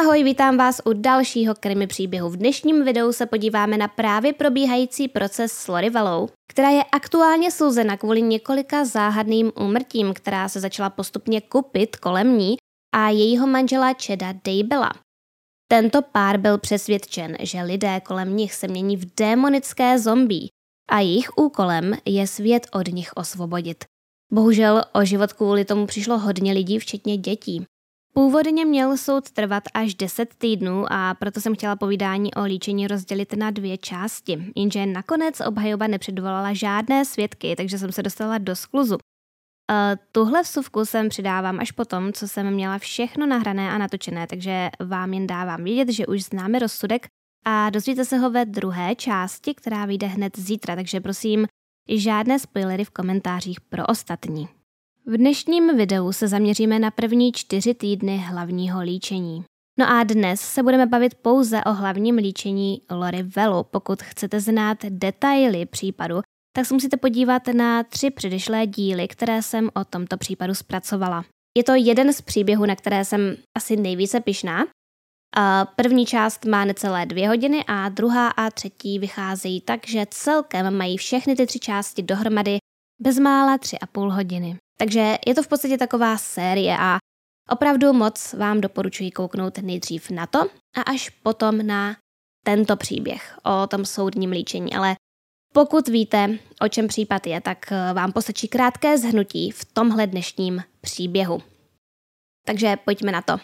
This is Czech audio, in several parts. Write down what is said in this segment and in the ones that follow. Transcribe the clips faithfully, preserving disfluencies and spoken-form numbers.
Ahoj, vítám vás u dalšího krimi příběhu. V dnešním videu se podíváme na právě probíhající proces s Lori Vallou, která je aktuálně souzena kvůli několika záhadným úmrtím, která se začala postupně kupit kolem ní a jejího manžela Chada Daybella. Tento pár byl přesvědčen, že lidé kolem nich se mění v démonické zombie a jejich úkolem je svět od nich osvobodit. Bohužel o život kvůli tomu přišlo hodně lidí, včetně dětí. Původně měl soud trvat až deset týdnů a proto jsem chtěla povídání o líčení rozdělit na dvě části. Jenže nakonec obhajoba nepředvolala žádné svědky, takže jsem se dostala do skluzu. Uh, tuhle vsuvku jsem přidávám až potom, co jsem měla všechno nahrané a natočené, takže vám jen dávám vědět, že už známe rozsudek a dozvíte se ho ve druhé části, která vyjde hned zítra, takže prosím, žádné spoilery v komentářích pro ostatní. V dnešním videu se zaměříme na první čtyři týdny hlavního líčení. No a dnes se budeme bavit pouze o hlavním líčení Lori Vallu. Pokud chcete znát detaily případu, tak se musíte podívat na tři předešlé díly, které jsem o tomto případu zpracovala. Je to jeden z příběhů, na které jsem asi nejvíce pyšná. První část má necelé dvě hodiny a druhá a třetí vycházejí tak, že celkem mají všechny ty tři části dohromady bezmála tři a půl hodiny. Takže je to v podstatě taková série a opravdu moc vám doporučuji kouknout nejdřív na to a až potom na tento příběh o tom soudním líčení. Ale pokud víte, o čem případ je, tak vám postačí krátké shrnutí v tomhle dnešním příběhu. Takže pojďme na to.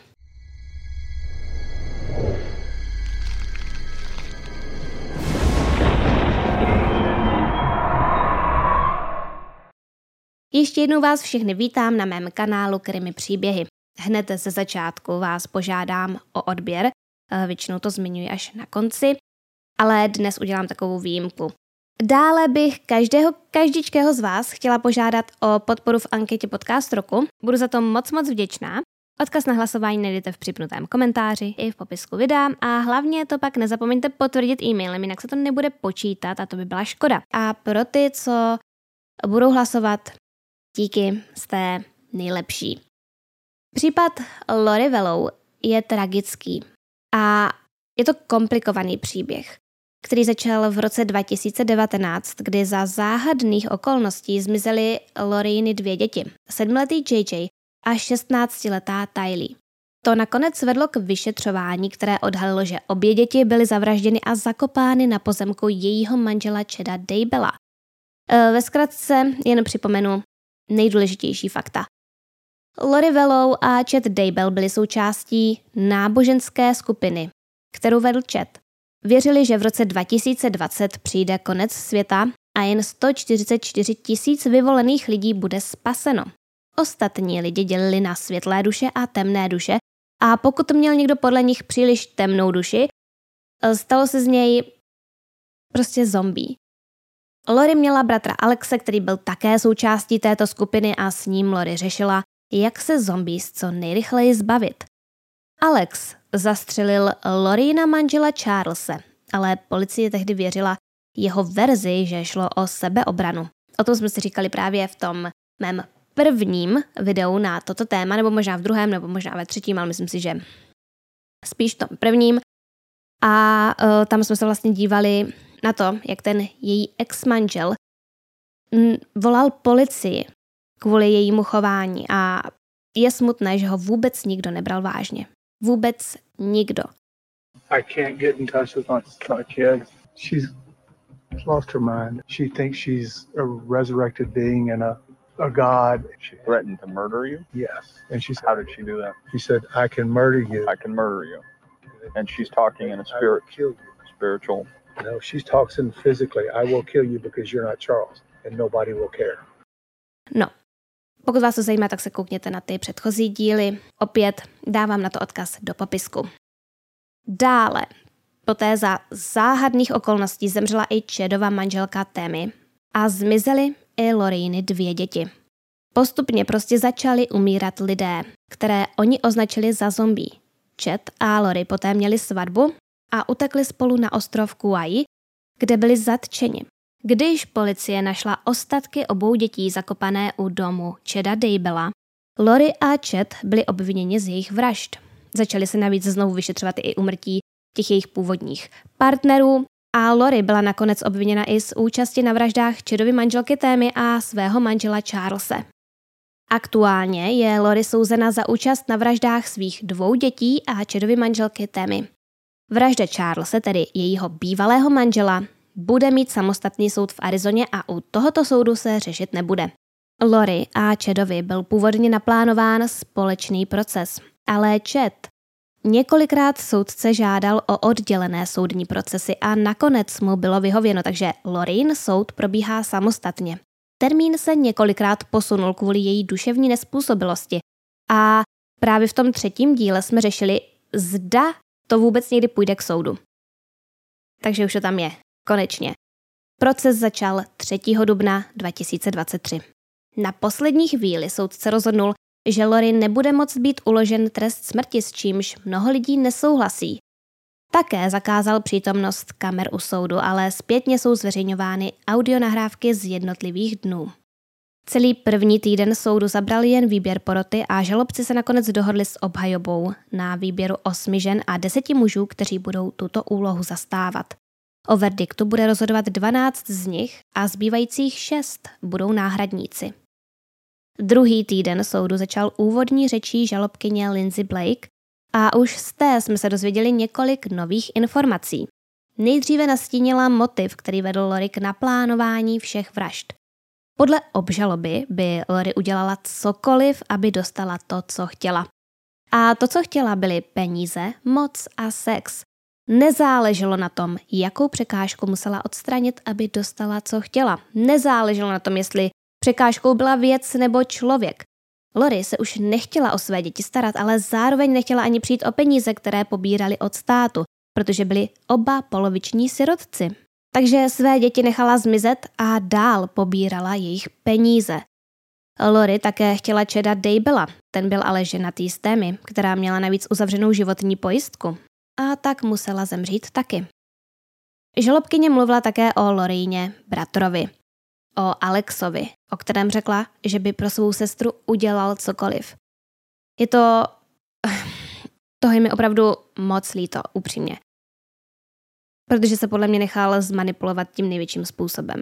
Ještě jednou vás všechny vítám na mém kanálu Krimi příběhy. Hned ze začátku vás požádám o odběr, většinou to zmiňuji až na konci, ale dnes udělám takovou výjimku. Dále bych každého, každičkého z vás chtěla požádat o podporu v anketě Podcast roku. Budu za to moc moc vděčná. Odkaz na hlasování najdete v připnutém komentáři i v popisku videa a hlavně to pak nezapomeňte potvrdit e-mailem, jinak se to nebude počítat a to by byla škoda. A pro ty, co budou hlasovat, díky, jste nejlepší. Případ Lori Vallou je tragický a je to komplikovaný příběh, který začal v roce dva tisíce devatenáct, kdy za záhadných okolností zmizely Loriny dvě děti, sedmiletý J J a šestnáctiletá Tylee. To nakonec vedlo k vyšetřování, které odhalilo, že obě děti byly zavražděny a zakopány na pozemku jejího manžela Chada Daybella. Ve zkratce jen připomenu nejdůležitější fakta. Lori Vallou a Chad Daybell byli součástí náboženské skupiny, kterou vedl Chad. Věřili, že v roce dva tisíce dvacet přijde konec světa a jen sto čtyřicet čtyři tisíc vyvolených lidí bude spaseno. Ostatní lidi dělili na světlé duše a temné duše a pokud měl někdo podle nich příliš temnou duši, stalo se z něj prostě zombie. Lori měla bratra Alexe, který byl také součástí této skupiny a s ním Lori řešila, jak se zombies co nejrychleji zbavit. Alex zastřelil Lorina manžela Charlese, ale policie tehdy věřila jeho verzi, že šlo o sebeobranu. O tom jsme si říkali právě v tom mém prvním videu na toto téma, nebo možná v druhém, nebo možná ve třetím, ale myslím si, že spíš v tom prvním. A uh, tam jsme se vlastně dívali na to, jak ten její ex-manžel m, volal policii kvůli jejímu chování a je smutné, že ho vůbec nikdo nebral vážně. Vůbec nikdo. I can't get in touch with my, my kid. She's lost her mind. She thinks she's a resurrected being and a, a god. She threatened to murder you? Yes. And she said, how did she do that? She said, I can murder you. I can murder you. And she's talking in a spirit, I will kill you. Spiritual. No, she's talking physically. I will kill you because you're not Charles and nobody will care. No. Pokud vás to zajímá, tak se koukněte na ty předchozí díly. Opět dávám na to odkaz do popisku. Dále, poté za záhadných okolností zemřela i Chadova manželka Tammy a zmizely i Loriny dvě děti. Postupně prostě začali umírat lidé, které oni označili za zombie. Chad a Lori poté měli svatbu a utekli spolu na ostrov Kauai, kde byli zatčeni. Když policie našla ostatky obou dětí zakopané u domu Chada Daybella, Lori a Chad byli obviněni z jejich vražd. Začaly se navíc znovu vyšetřovat i úmrtí těch jejich původních partnerů a Lori byla nakonec obviněna i z účasti na vraždách Chadovy manželky Tammy a svého manžela Charlese. Aktuálně je Lori souzena za účast na vraždách svých dvou dětí a Chadovy manželky Tammy. Vražda Charlese, tedy jejího bývalého manžela, bude mít samostatný soud v Arizoně a u tohoto soudu se řešit nebude. Lori a Chadovi byl původně naplánován společný proces, ale Chad několikrát soudce žádal o oddělené soudní procesy a nakonec mu bylo vyhověno, takže Lorin soud probíhá samostatně. Termín se několikrát posunul kvůli její duševní nezpůsobilosti a právě v tom třetím díle jsme řešili, zda to vůbec někdy půjde k soudu. Takže už to tam je. Konečně. Proces začal třetího dubna dva tisíce dvacet tři. Na poslední chvíli soudce rozhodnul, že Lori nebude moct být uložen trest smrti, s čímž mnoho lidí nesouhlasí. Také zakázal přítomnost kamer u soudu, ale zpětně jsou zveřejňovány audionahrávky z jednotlivých dnů. Celý první týden soudu zabral jen výběr poroty a žalobci se nakonec dohodli s obhajobou na výběru osmi žen a deseti mužů, kteří budou tuto úlohu zastávat. O verdiktu bude rozhodovat dvanáct z nich a zbývajících šest budou náhradníci. Druhý týden soudu začal úvodní řečí žalobkyně Lindsay Blake a už z té jsme se dozvěděli několik nových informací. Nejdříve nastínila motiv, který vedl Lori k naplánování všech vražd. Podle obžaloby by Lori udělala cokoliv, aby dostala to, co chtěla. A to, co chtěla, byly peníze, moc a sex. Nezáleželo na tom, jakou překážku musela odstranit, aby dostala, co chtěla. Nezáleželo na tom, jestli překážkou byla věc nebo člověk. Lori se už nechtěla o své děti starat, ale zároveň nechtěla ani přijít o peníze, které pobírali od státu, protože byli oba poloviční sirotci. Takže své děti nechala zmizet a dál pobírala jejich peníze. Lori také chtěla Chada Daybella, ten byl ale ženatý s Tammy, která měla navíc uzavřenou životní pojistku. A tak musela zemřít taky. Žalobkyně mluvila také o Lorině bratrovi, o Alexovi, o kterém řekla, že by pro svou sestru udělal cokoliv. Je to... toho je mi opravdu moc líto, upřímně. Protože se podle mě nechal zmanipulovat tím největším způsobem.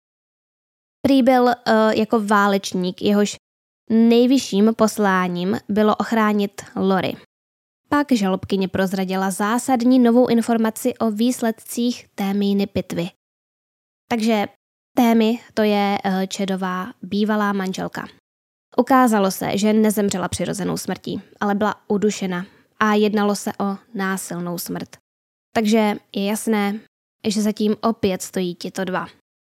Prý byl uh, jako válečník, jehož nejvyšším posláním bylo ochránit Lori. Pak žalobkyně prozradila zásadní novou informaci o výsledcích Tammyny pitvy. Takže Tammy, to je uh, Chadová bývalá manželka. Ukázalo se, že nezemřela přirozenou smrtí, ale byla udušena a jednalo se o násilnou smrt. Takže je jasné, že zatím opět stojí tito dva.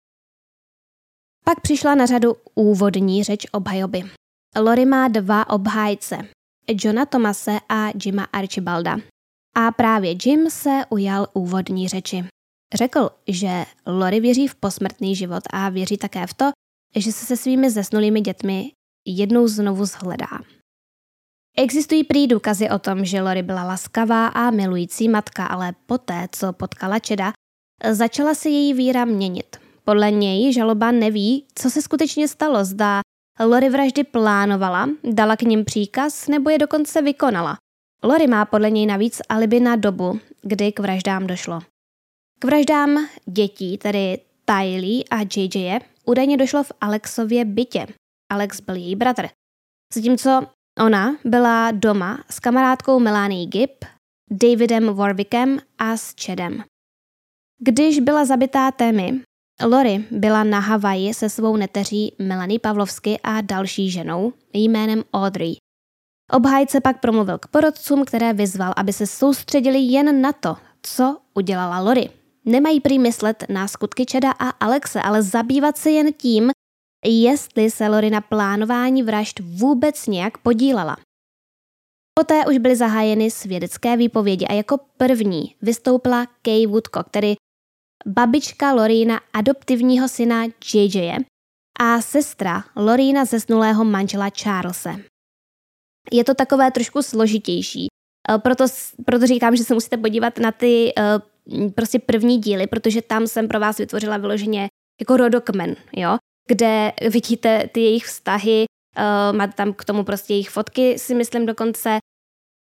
Pak přišla na řadu úvodní řeč obhajoby. Lori má dva obhájce, Johna Thomase a Jima Archibalda. A právě Jim se ujal úvodní řeči. Řekl, že Lori věří v posmrtný život a věří také v to, že se se svými zesnulými dětmi jednou znovu shledá. Existují prý důkazy o tom, že Lori byla laskavá a milující matka, ale poté, co potkala Chada, začala se její víra měnit. Podle něj žaloba neví, co se skutečně stalo, zda Lori vraždy plánovala, dala k nim příkaz nebo je dokonce vykonala. Lori má podle něj navíc alibi na dobu, kdy k vraždám došlo. K vraždám dětí, tedy Tylee a J J, údajně došlo v Alexově bytě. Alex byl její bratr. Zatímco ona byla doma s kamarádkou Melanie Gibb, Davidem Warwickem a s Chadem. Když byla zabitá Tammy, Lori byla na Havaji se svou neteří Melanie Pavlovsky a další ženou jménem Audrey. Obhájce pak promluvil k porotcům, které vyzval, aby se soustředili jen na to, co udělala Lori. Nemají prý myslet na skutky Chada a Alexe, ale zabývat se jen tím, jestli se Lori na plánování vražd vůbec nějak podílela. Poté už byly zahájeny svědecké výpovědi a jako první vystoupila Kay Woodcock, tedy babička Lorina adoptivního syna J J a sestra Lorina zesnulého manžela Charlese. Je to takové trošku složitější, proto, proto říkám, že se musíte podívat na ty uh, prostě první díly, protože tam jsem pro vás vytvořila vyloženě jako rodokmen, jo? Kde vidíte ty jejich vztahy, uh, máte tam k tomu prostě jejich fotky, si myslím dokonce.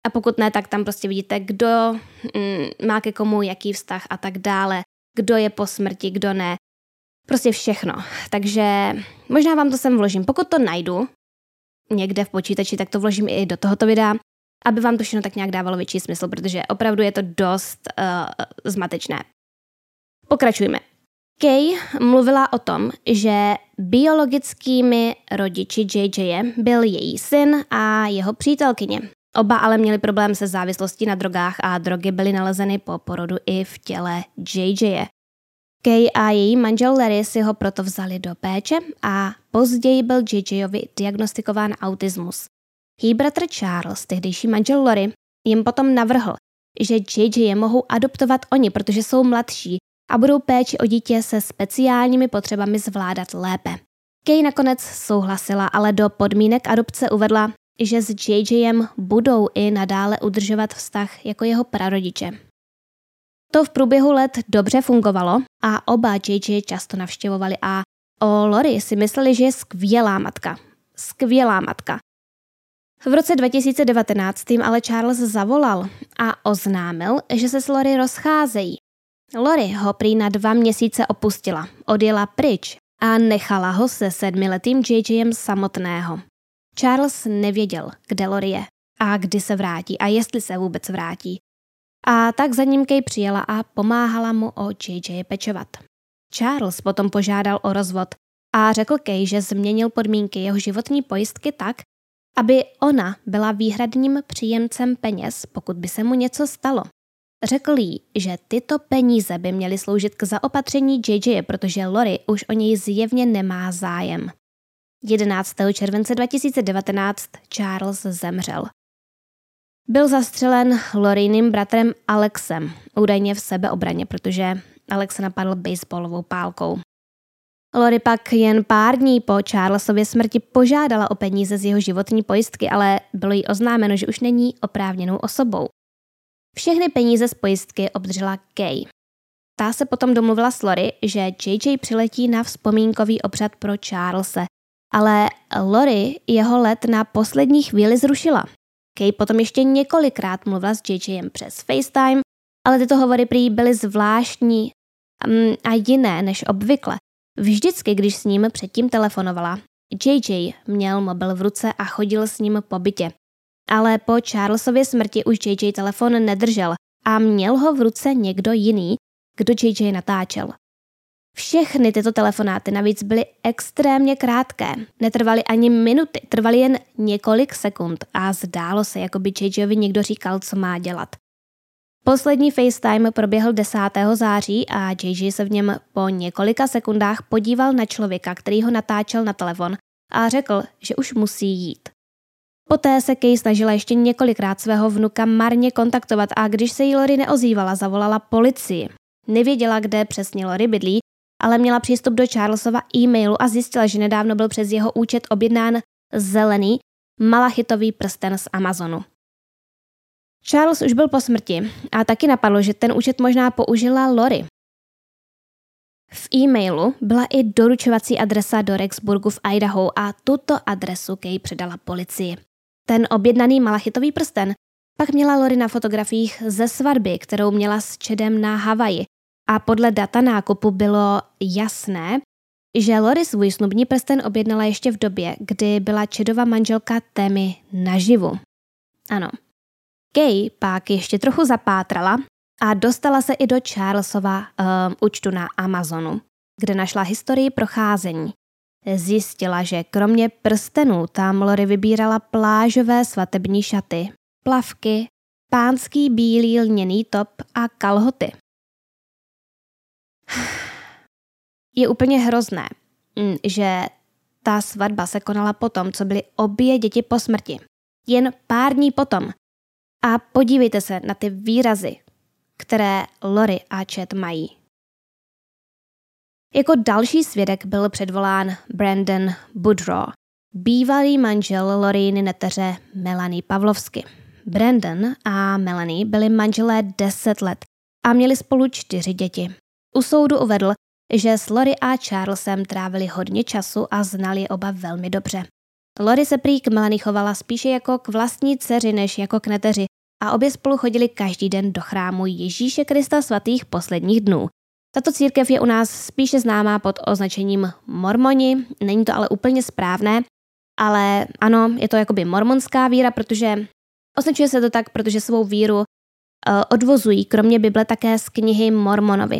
A pokud ne, tak tam prostě vidíte, kdo mm, má ke komu jaký vztah a tak dále, kdo je po smrti, kdo ne. Prostě všechno. Takže možná vám to sem vložím. Pokud to najdu někde v počítači, tak to vložím i do tohoto videa, aby vám to všechno tak nějak dávalo větší smysl, protože opravdu je to dost uh, zmatečné. Pokračujme. Kay mluvila o tom, že biologickými rodiči J J byl její syn a jeho přítelkyně. Oba ale měli problém se závislostí na drogách a drogy byly nalezeny po porodu i v těle J J. Kay a její manžel Larry si ho proto vzali do péče a později byl J Jovi diagnostikován autismus. Její bratr Charles, tehdejší manžel Lori, jim potom navrhl, že J J mohou adoptovat oni, protože jsou mladší a budou péči o dítě se speciálními potřebami zvládat lépe. Kay nakonec souhlasila, ale do podmínek adopce uvedla, že s J Jem budou i nadále udržovat vztah jako jeho prarodiče. To v průběhu let dobře fungovalo a oba J J často navštěvovali a o Lori si mysleli, že je skvělá matka. Skvělá matka. V roce dva tisíce devatenáct jim ale Charles zavolal a oznámil, že se s Lori rozcházejí. Lori ho prý na dva měsíce opustila, odjela pryč a nechala ho se sedmiletým J Jem samotného. Charles nevěděl, kde Lori je a kdy se vrátí a jestli se vůbec vrátí. A tak za ním Kay přijela a pomáhala mu o J J pečovat. Charles potom požádal o rozvod a řekl Kay, že změnil podmínky jeho životní pojistky tak, aby ona byla výhradním příjemcem peněz, pokud by se mu něco stalo. Řekl jí, že tyto peníze by měly sloužit k zaopatření J J, protože Lori už o něj zjevně nemá zájem. jedenáctého července dva tisíce devatenáct Charles zemřel. Byl zastřelen Loriným bratrem Alexem, údajně v sebeobraně, protože Alex napadl baseballovou pálkou. Lori pak jen pár dní po Charlesově smrti požádala o peníze z jeho životní pojistky, ale bylo jí oznámeno, že už není oprávněnou osobou. Všechny peníze z pojistky obdržela Kay. Ta se potom domluvila s Lori, že J J přiletí na vzpomínkový obřad pro Charlese, ale Lori jeho let na poslední chvíli zrušila. Kay potom ještě několikrát mluvila s J Jem přes FaceTime, ale tyto hovory prý byly zvláštní a jiné než obvykle. Vždycky, když s ním předtím telefonovala, J J měl mobil v ruce a chodil s ním po bytě. Ale po Charlesově smrti už J J telefon nedržel a měl ho v ruce někdo jiný, kdo J J natáčel. Všechny tyto telefonáty navíc byly extrémně krátké, netrvaly ani minuty, trvaly jen několik sekund a zdálo se, jako by J Jovi někdo říkal, co má dělat. Poslední FaceTime proběhl desátého září a J J se v něm po několika sekundách podíval na člověka, který ho natáčel na telefon a řekl, že už musí jít. Poté se Kay snažila ještě několikrát svého vnuka marně kontaktovat a když se jí Lori neozývala, zavolala policii. Nevěděla, kde přesně Lori bydlí, ale měla přístup do Charlesova e-mailu a zjistila, že nedávno byl přes jeho účet objednán zelený malachitový prsten z Amazonu. Charles už byl po smrti a taky napadlo, že ten účet možná použila Lori. V e-mailu byla i doručovací adresa do Rexburgu v Idaho a tuto adresu Kay předala policii. Ten objednaný malachitový prsten pak měla Lori na fotografiích ze svatby, kterou měla s Chadem na Havaji. A podle data nákupu bylo jasné, že Lori svůj snubní prsten objednala ještě v době, kdy byla Chadova manželka Tammy naživu. Ano. Kay pak ještě trochu zapátrala a dostala se i do Charlesova um, účtu na Amazonu, kde našla historii procházení. Zjistila, že kromě prstenů tam Lori vybírala plážové svatební šaty, plavky, pánský bílý lněný top a kalhoty. Je úplně hrozné, že ta svatba se konala potom, co byly obě děti po smrti. Jen pár dní potom. A podívejte se na ty výrazy, které Lori a Chad mají. Jako další svědek byl předvolán Brandon Boudreau, bývalý manžel Loriny neteře Melanie Pavlovsky. Brandon a Melanie byli manželé deset let a měli spolu čtyři děti. U soudu uvedl, že s Lori a Charlesem trávili hodně času a znali je oba velmi dobře. Lori se prý k Melanie chovala spíše jako k vlastní dceři než jako k neteři a obě spolu chodili každý den do chrámu Ježíše Krista svatých posledních dnů. Tato církev je u nás spíše známá pod označením mormoni, není to ale úplně správné, ale ano, je to jakoby mormonská víra, protože označuje se to tak, protože svou víru uh, odvozují kromě Bible také z knihy Mormonovi.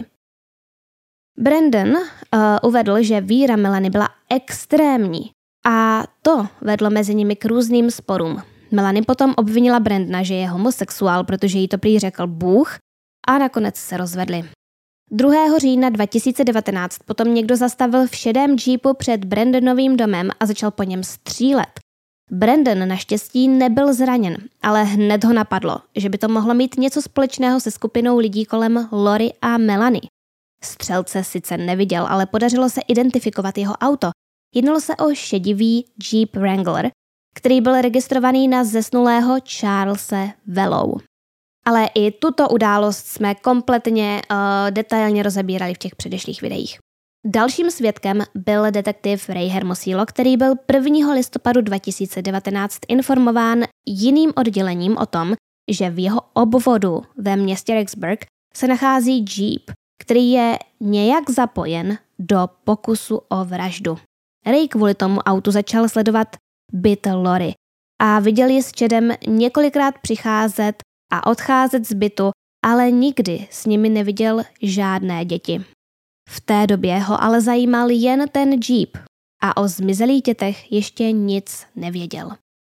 Brandon uh, uvedl, že víra Melanie byla extrémní a to vedlo mezi nimi k různým sporům. Melanie potom obvinila Brandona, že je homosexuál, protože jí to prý řekl Bůh a nakonec se rozvedli. druhého října dva tisíce devatenáct potom někdo zastavil v šedém džípu před Brandonovým domem a začal po něm střílet. Brandon naštěstí nebyl zraněn, ale hned ho napadlo, že by to mohlo mít něco společného se skupinou lidí kolem Lori a Melanie. Střelce sice neviděl, ale podařilo se identifikovat jeho auto. Jednalo se o šedivý Jeep Wrangler, který byl registrovaný na zesnulého Charlese Velou. Ale i tuto událost jsme kompletně uh, detailně rozebírali v těch předešlých videích. Dalším svědkem byl detektiv Ray Hermosillo, který byl prvního listopadu dva tisíce devatenáct informován jiným oddělením o tom, že v jeho obvodu ve městě Rexburg se nachází Jeep, který je nějak zapojen do pokusu o vraždu. Ray kvůli tomu autu začal sledovat byt Lori a viděl ji s Chadem několikrát přicházet a odcházet z bytu, ale nikdy s nimi neviděl žádné děti. V té době ho ale zajímal jen ten Jeep a o zmizelých dětech ještě nic nevěděl.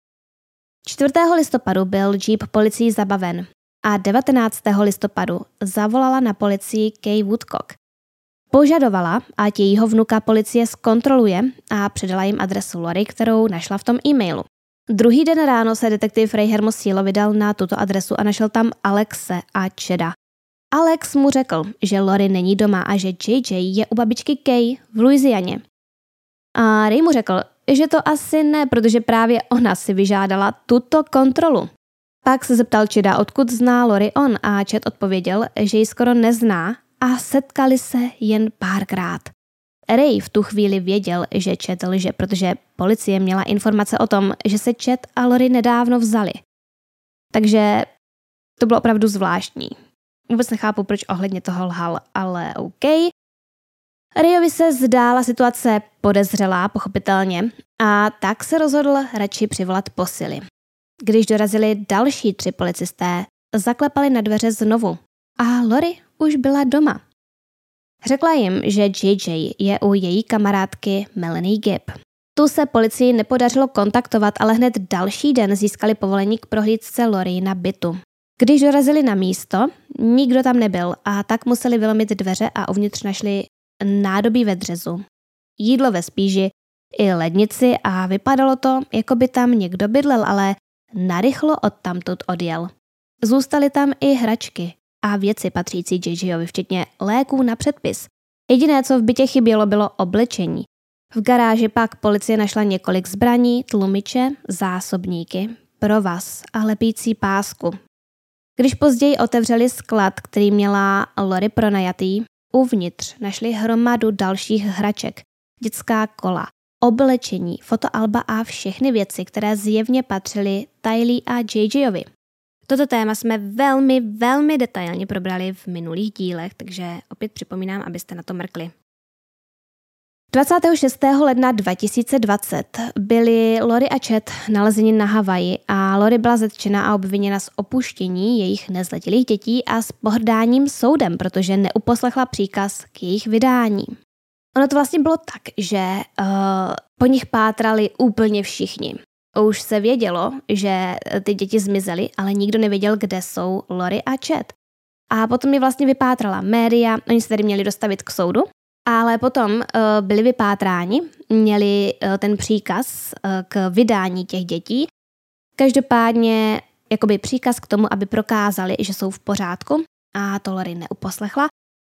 čtvrtého listopadu byl Jeep policií zabaven a devatenáctého listopadu zavolala na policii Kay Woodcock. Požadovala, ať jejího vnuka policie zkontroluje a předala jim adresu Lori, kterou našla v tom e-mailu. Druhý den ráno se detektiv Ray Hermosillo vydal na tuto adresu a našel tam Alexe a Chada. Alex mu řekl, že Lori není doma a že J J je u babičky Kay v Louisianě. A Ray mu řekl, že to asi ne, protože právě ona si vyžádala tuto kontrolu. Pak se zeptal Chada, odkud zná Lori on a Chad odpověděl, že ji skoro nezná a setkali se jen párkrát. Ray v tu chvíli věděl, že Chad lže, protože policie měla informace o tom, že se Chad a Lori nedávno vzali. Takže to bylo opravdu zvláštní. Vůbec nechápu, proč ohledně toho lhal, ale OK. Rayovi se zdála situace podezřelá, pochopitelně, a tak se rozhodl radši přivolat posily. Když dorazili další tři policisté, zaklepali na dveře znovu a Lori už byla doma. Řekla jim, že J J je u její kamarádky Melanie Gibb. Tu se policii nepodařilo kontaktovat, ale hned další den získali povolení k prohlídce Lori na bytu. Když dorazili na místo, nikdo tam nebyl a tak museli vylomit dveře a uvnitř našli nádobí ve dřezu, jídlo ve spíži i lednici a vypadalo to, jako by tam někdo bydlel, ale narychlo odtamtud odjel. Zůstaly tam i hračky a věci patřící J Jovi, včetně léků na předpis. Jediné, co v bytě chybělo, bylo oblečení. V garáži pak policie našla několik zbraní, tlumiče, zásobníky, provaz a lepící pásku. Když později otevřeli sklad, který měla Lori pronajatý, uvnitř našli hromadu dalších hraček, dětská kola, oblečení, fotoalba a všechny věci, které zjevně patřily Tylee a J Jovi. Toto téma jsme velmi, velmi detailně probrali v minulých dílech, takže opět připomínám, abyste na to mrkli. dvacátého šestého ledna dva tisíce dvacet byli Lori a Chad nalezeni na Havaji a Lori byla zatčena a obviněna z opuštění jejich nezletilých dětí a s pohrdáním soudem, protože neuposlechla příkaz k jejich vydání. Ono to vlastně bylo tak, že uh, po nich pátrali úplně všichni. Už se vědělo, že ty děti zmizely, ale nikdo nevěděl, kde jsou Lori a Chad. A potom je vlastně vypátrala média, oni se tedy měli dostavit k soudu, ale potom uh, byli vypátráni, měli uh, ten příkaz uh, k vydání těch dětí. Každopádně jakoby příkaz k tomu, aby prokázali, že jsou v pořádku a to Lori neuposlechla.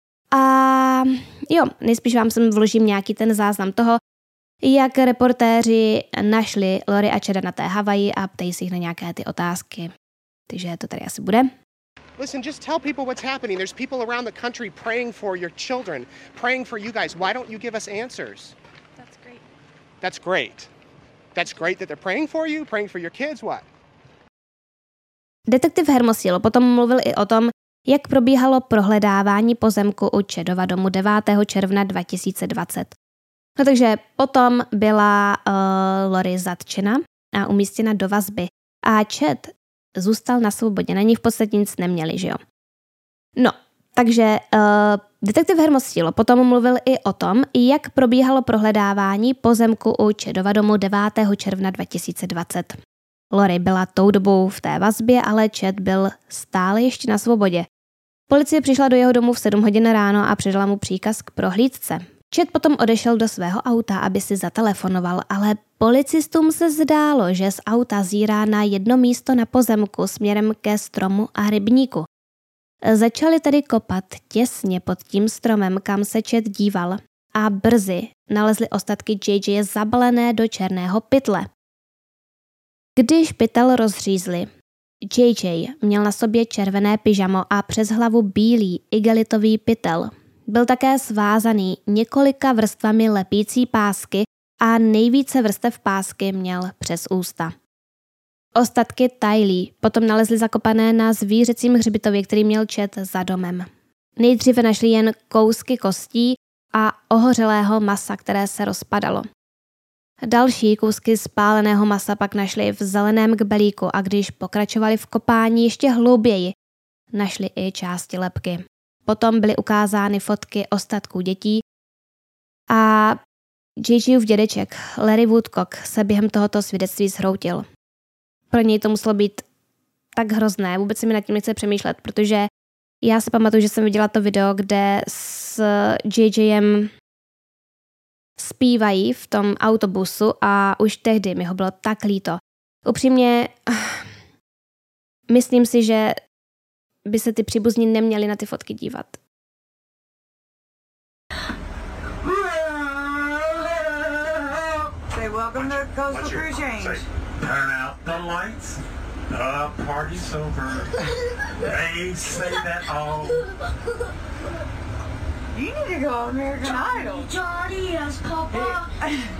A jo, nejspíš vám sem vložím nějaký ten záznam toho, jak reportéři našli Lori a Chada na té Havaji a ptají se jich na nějaké ty otázky. Takže to tady asi bude. Listen, just tell people what's happening. There's people around the country praying for your children, praying for you guys. Why don't you give us answers? That's great. That's great. That's great that they're praying for you, praying for your kids, what? Detektiv Hermosillo potom mluvil i o tom, jak probíhalo prohledávání pozemku u Chadova domu devátého června dva tisíce dvacet. No takže potom byla uh, Lori zatčena a umístěna do vazby a Chad zůstal na svobodě, na ní v podstatě nic neměli, že jo. No, takže uh, detektiv Hermosillo potom mluvil i o tom, jak probíhalo prohledávání pozemku u Chadova domu devátého června dva tisíce dvacet. Lori byla tou dobou v té vazbě, ale Chad byl stále ještě na svobodě. Policie přišla do jeho domu v sedm hodin ráno a předala mu příkaz k prohlídce. Chad potom odešel do svého auta, aby si zatelefonoval, ale policistům se zdálo, že z auta zírá na jedno místo na pozemku směrem ke stromu a rybníku. Začali tedy kopat těsně pod tím stromem, kam se Chad díval, a brzy nalezli ostatky J J zabalené do černého pytle. Když pytel rozřízli, J J měl na sobě červené pyžamo a přes hlavu bílý igelitový pytel. Byl také svázaný několika vrstvami lepící pásky a nejvíce vrstev pásky měl přes ústa. Ostatky Tylee potom nalezli zakopané na zvířecím hřbitově, který měl Chad za domem. Nejdříve našli jen kousky kostí a ohořelého masa, které se rozpadalo. Další kousky spáleného masa pak našli v zeleném kbelíku a když pokračovali v kopání ještě hlouběji, našli i části lebky. Potom byly ukázány fotky ostatků dětí a JJův dědeček Larry Woodcock se během tohoto svědectví zhroutil. Pro něj to muselo být tak hrozné, vůbec si mi nad tím nechce přemýšlet, protože já si pamatuju, že jsem viděla to video, kde s JJem zpívají v tom autobusu a už tehdy mi ho bylo tak líto. Upřímně, myslím si, že by se ty příbuzní neměli na ty fotky dívat. Say welcome to Coastal Cruise Change. Turn out the lights. The party's over. They say that all. You need to go on American Idol. Johnny, yes, Papa.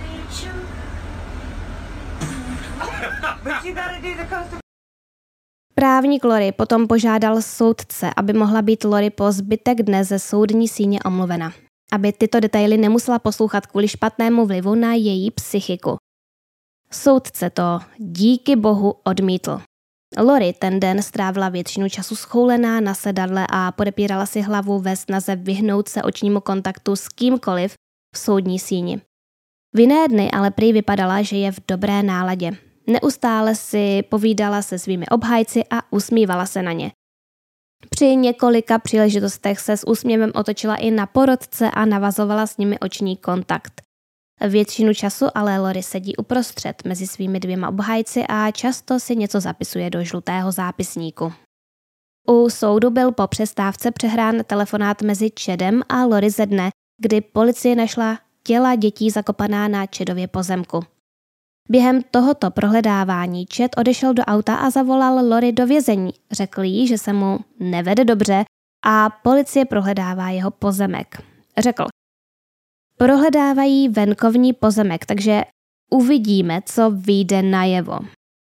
But you gotta do the Coastal. Právník Lori potom požádal soudce, aby mohla být Lori po zbytek dne ze soudní síně omluvena, aby tyto detaily nemusela poslouchat kvůli špatnému vlivu na její psychiku. Soudce to díky bohu odmítl. Lori ten den strávila většinu času schoulená na sedadle a podepírala si hlavu ve snaze vyhnout se očnímu kontaktu s kýmkoliv v soudní síni. V jiné dny ale prý vypadala, že je v dobré náladě. Neustále si povídala se svými obhájci a usmívala se na ně. Při několika příležitostech se s úsměvem otočila i na porotce a navazovala s nimi oční kontakt. Většinu času ale Lori sedí uprostřed mezi svými dvěma obhájci a často si něco zapisuje do žlutého zápisníku. U soudu byl po přestávce přehrán telefonát mezi Chadem a Lori ze dne, kdy policie našla těla dětí zakopaná na Chadově pozemku. Během tohoto prohledávání Chad odešel do auta a zavolal Lori do vězení. Řekl jí, že se mu nevede dobře a policie prohledává jeho pozemek. Řekl: prohledávají venkovní pozemek, takže uvidíme, co vyjde najevo.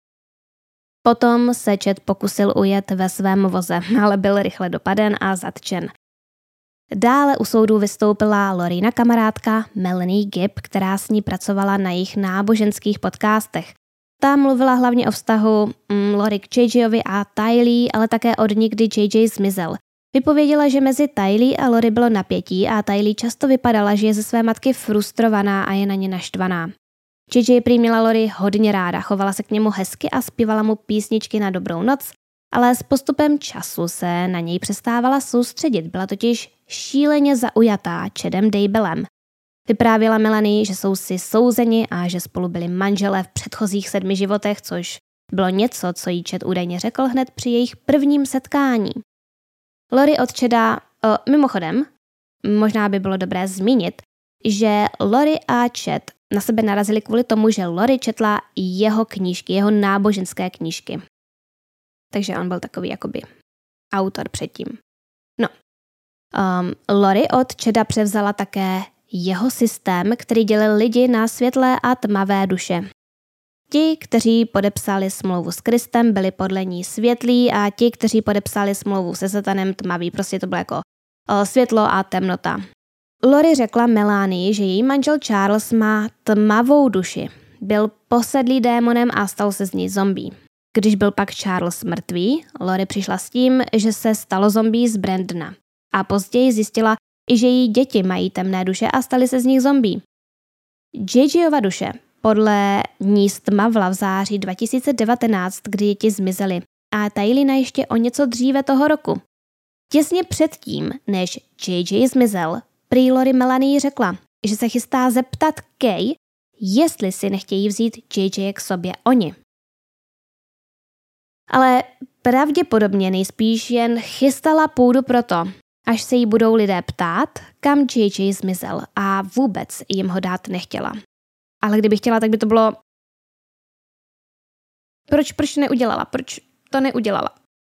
Potom se Chad pokusil ujet ve svém voze, ale byl rychle dopaden a zatčen. Dále u soudu vystoupila Lorina kamarádka Melanie Gibb, která s ní pracovala na jejich náboženských podcastech. Ta mluvila hlavně o vztahu mm, Lori k JJovi a Tylee, ale také od ní, kdy J J zmizel. Vypověděla, že mezi Tylee a Lori bylo napětí a Tylee často vypadala, že je ze své matky frustrovaná a je na ně naštvaná. J J prý měla Lori hodně ráda, chovala se k němu hezky a zpívala mu písničky na dobrou noc, ale s postupem času se na něj přestávala soustředit, byla totiž šíleně zaujatá Chadem Daybellem. Vyprávěla Melanie, že jsou si souzeni a že spolu byli manželé v předchozích sedmi životech, což bylo něco, co jí Chad údajně řekl hned při jejich prvním setkání. Lori od Chada, o, mimochodem, možná by bylo dobré zmínit, že Lori a Chad na sebe narazili kvůli tomu, že Lori četla jeho knížky, jeho náboženské knížky. Takže on byl takový jakoby autor předtím. No, um, Lori od Chada převzala také jeho systém, který dělil lidi na světlé a tmavé duše. Ti, kteří podepsali smlouvu s Kristem, byli podle ní světlí a ti, kteří podepsali smlouvu se satanem, tmaví. Prostě to bylo jako o, světlo a temnota. Lori řekla Melanii, že její manžel Charles má tmavou duši. Byl posedlý démonem a stal se z ní zombie. Když byl pak Charles mrtvý, Lori přišla s tím, že se stalo zombie z Brandona. A později zjistila i, že její děti mají temné duše a staly se z nich zombie. JJova duše podle ní stmavla v září dva tisíce devatenáct, kdy děti zmizely, a Taylina ještě o něco dříve toho roku. Těsně předtím, než J J zmizel, prý Lori Melanie řekla, že se chystá zeptat Kay, jestli si nechtějí vzít J J k sobě oni. Ale pravděpodobně nejspíš jen chystala půdu proto, až se jí budou lidé ptát, kam J J zmizel, a vůbec jim ho dát nechtěla. Ale kdyby chtěla, tak by to bylo... Proč, proč neudělala? Proč to neudělala?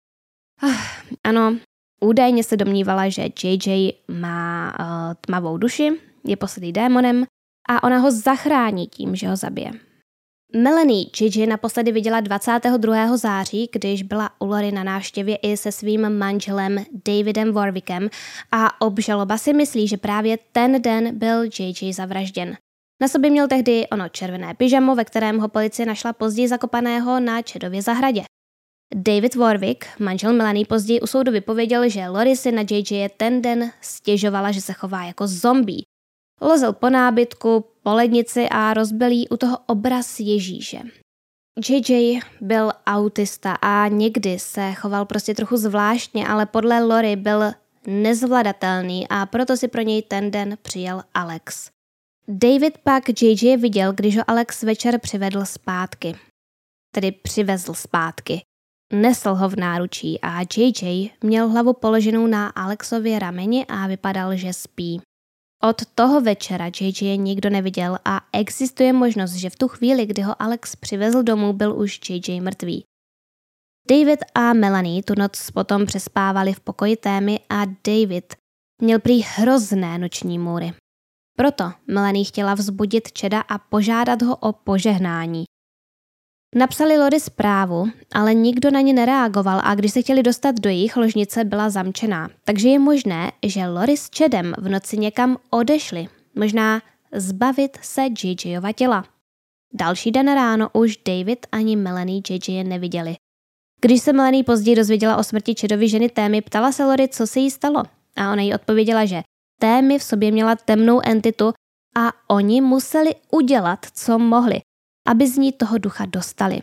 Ah, ano, údajně se domnívala, že J J má uh, tmavou duši, je posedlý démonem a ona ho zachrání tím, že ho zabije. Melanie J J naposledy viděla dvacátého druhého září, když byla u Lori na návštěvě i se svým manželem Davidem Warwickem a obžaloba si myslí, že právě ten den byl J J zavražděn. Na sobě měl tehdy ono červené pyžamo, ve kterém ho policie našla později zakopaného na Chadově zahradě. David Warwick, manžel Melanie, později u soudu vypověděl, že Lori si na J J ten den stěžovala, že se chová jako zombie. Lozil po nábytku, po lednici a rozbil jí u toho obraz Ježíše. J J byl autista a někdy se choval prostě trochu zvláštně, ale podle Lori byl nezvladatelný a proto si pro něj ten den přijel Alex. David pak J J viděl, když ho Alex večer přivedl zpátky. Tedy přivezl zpátky. Nesl ho v náručí a J J měl hlavu položenou na Alexově rameni a vypadal, že spí. Od toho večera J J nikdo neviděl a existuje možnost, že v tu chvíli, kdy ho Alex přivezl domů, byl už J J mrtvý. David a Melanie tu noc potom přespávali v pokoji Témy a David měl prý hrozné noční můry. Proto Melanie chtěla vzbudit Chada a požádat ho o požehnání. Napsali Lori zprávu, ale nikdo na ně nereagoval a když se chtěli dostat do jejich ložnice, byla zamčená. Takže je možné, že Lori s Chadem v noci někam odešli. Možná zbavit se JJova těla. Další den ráno už David ani Melanie J J neviděli. Když se Melanie později dozvěděla o smrti Chadovy ženy Témy, ptala se Lori, co se jí stalo. A ona jí odpověděla, že Témy v sobě měla temnou entitu a oni museli udělat, co mohli, aby z ní toho ducha dostali.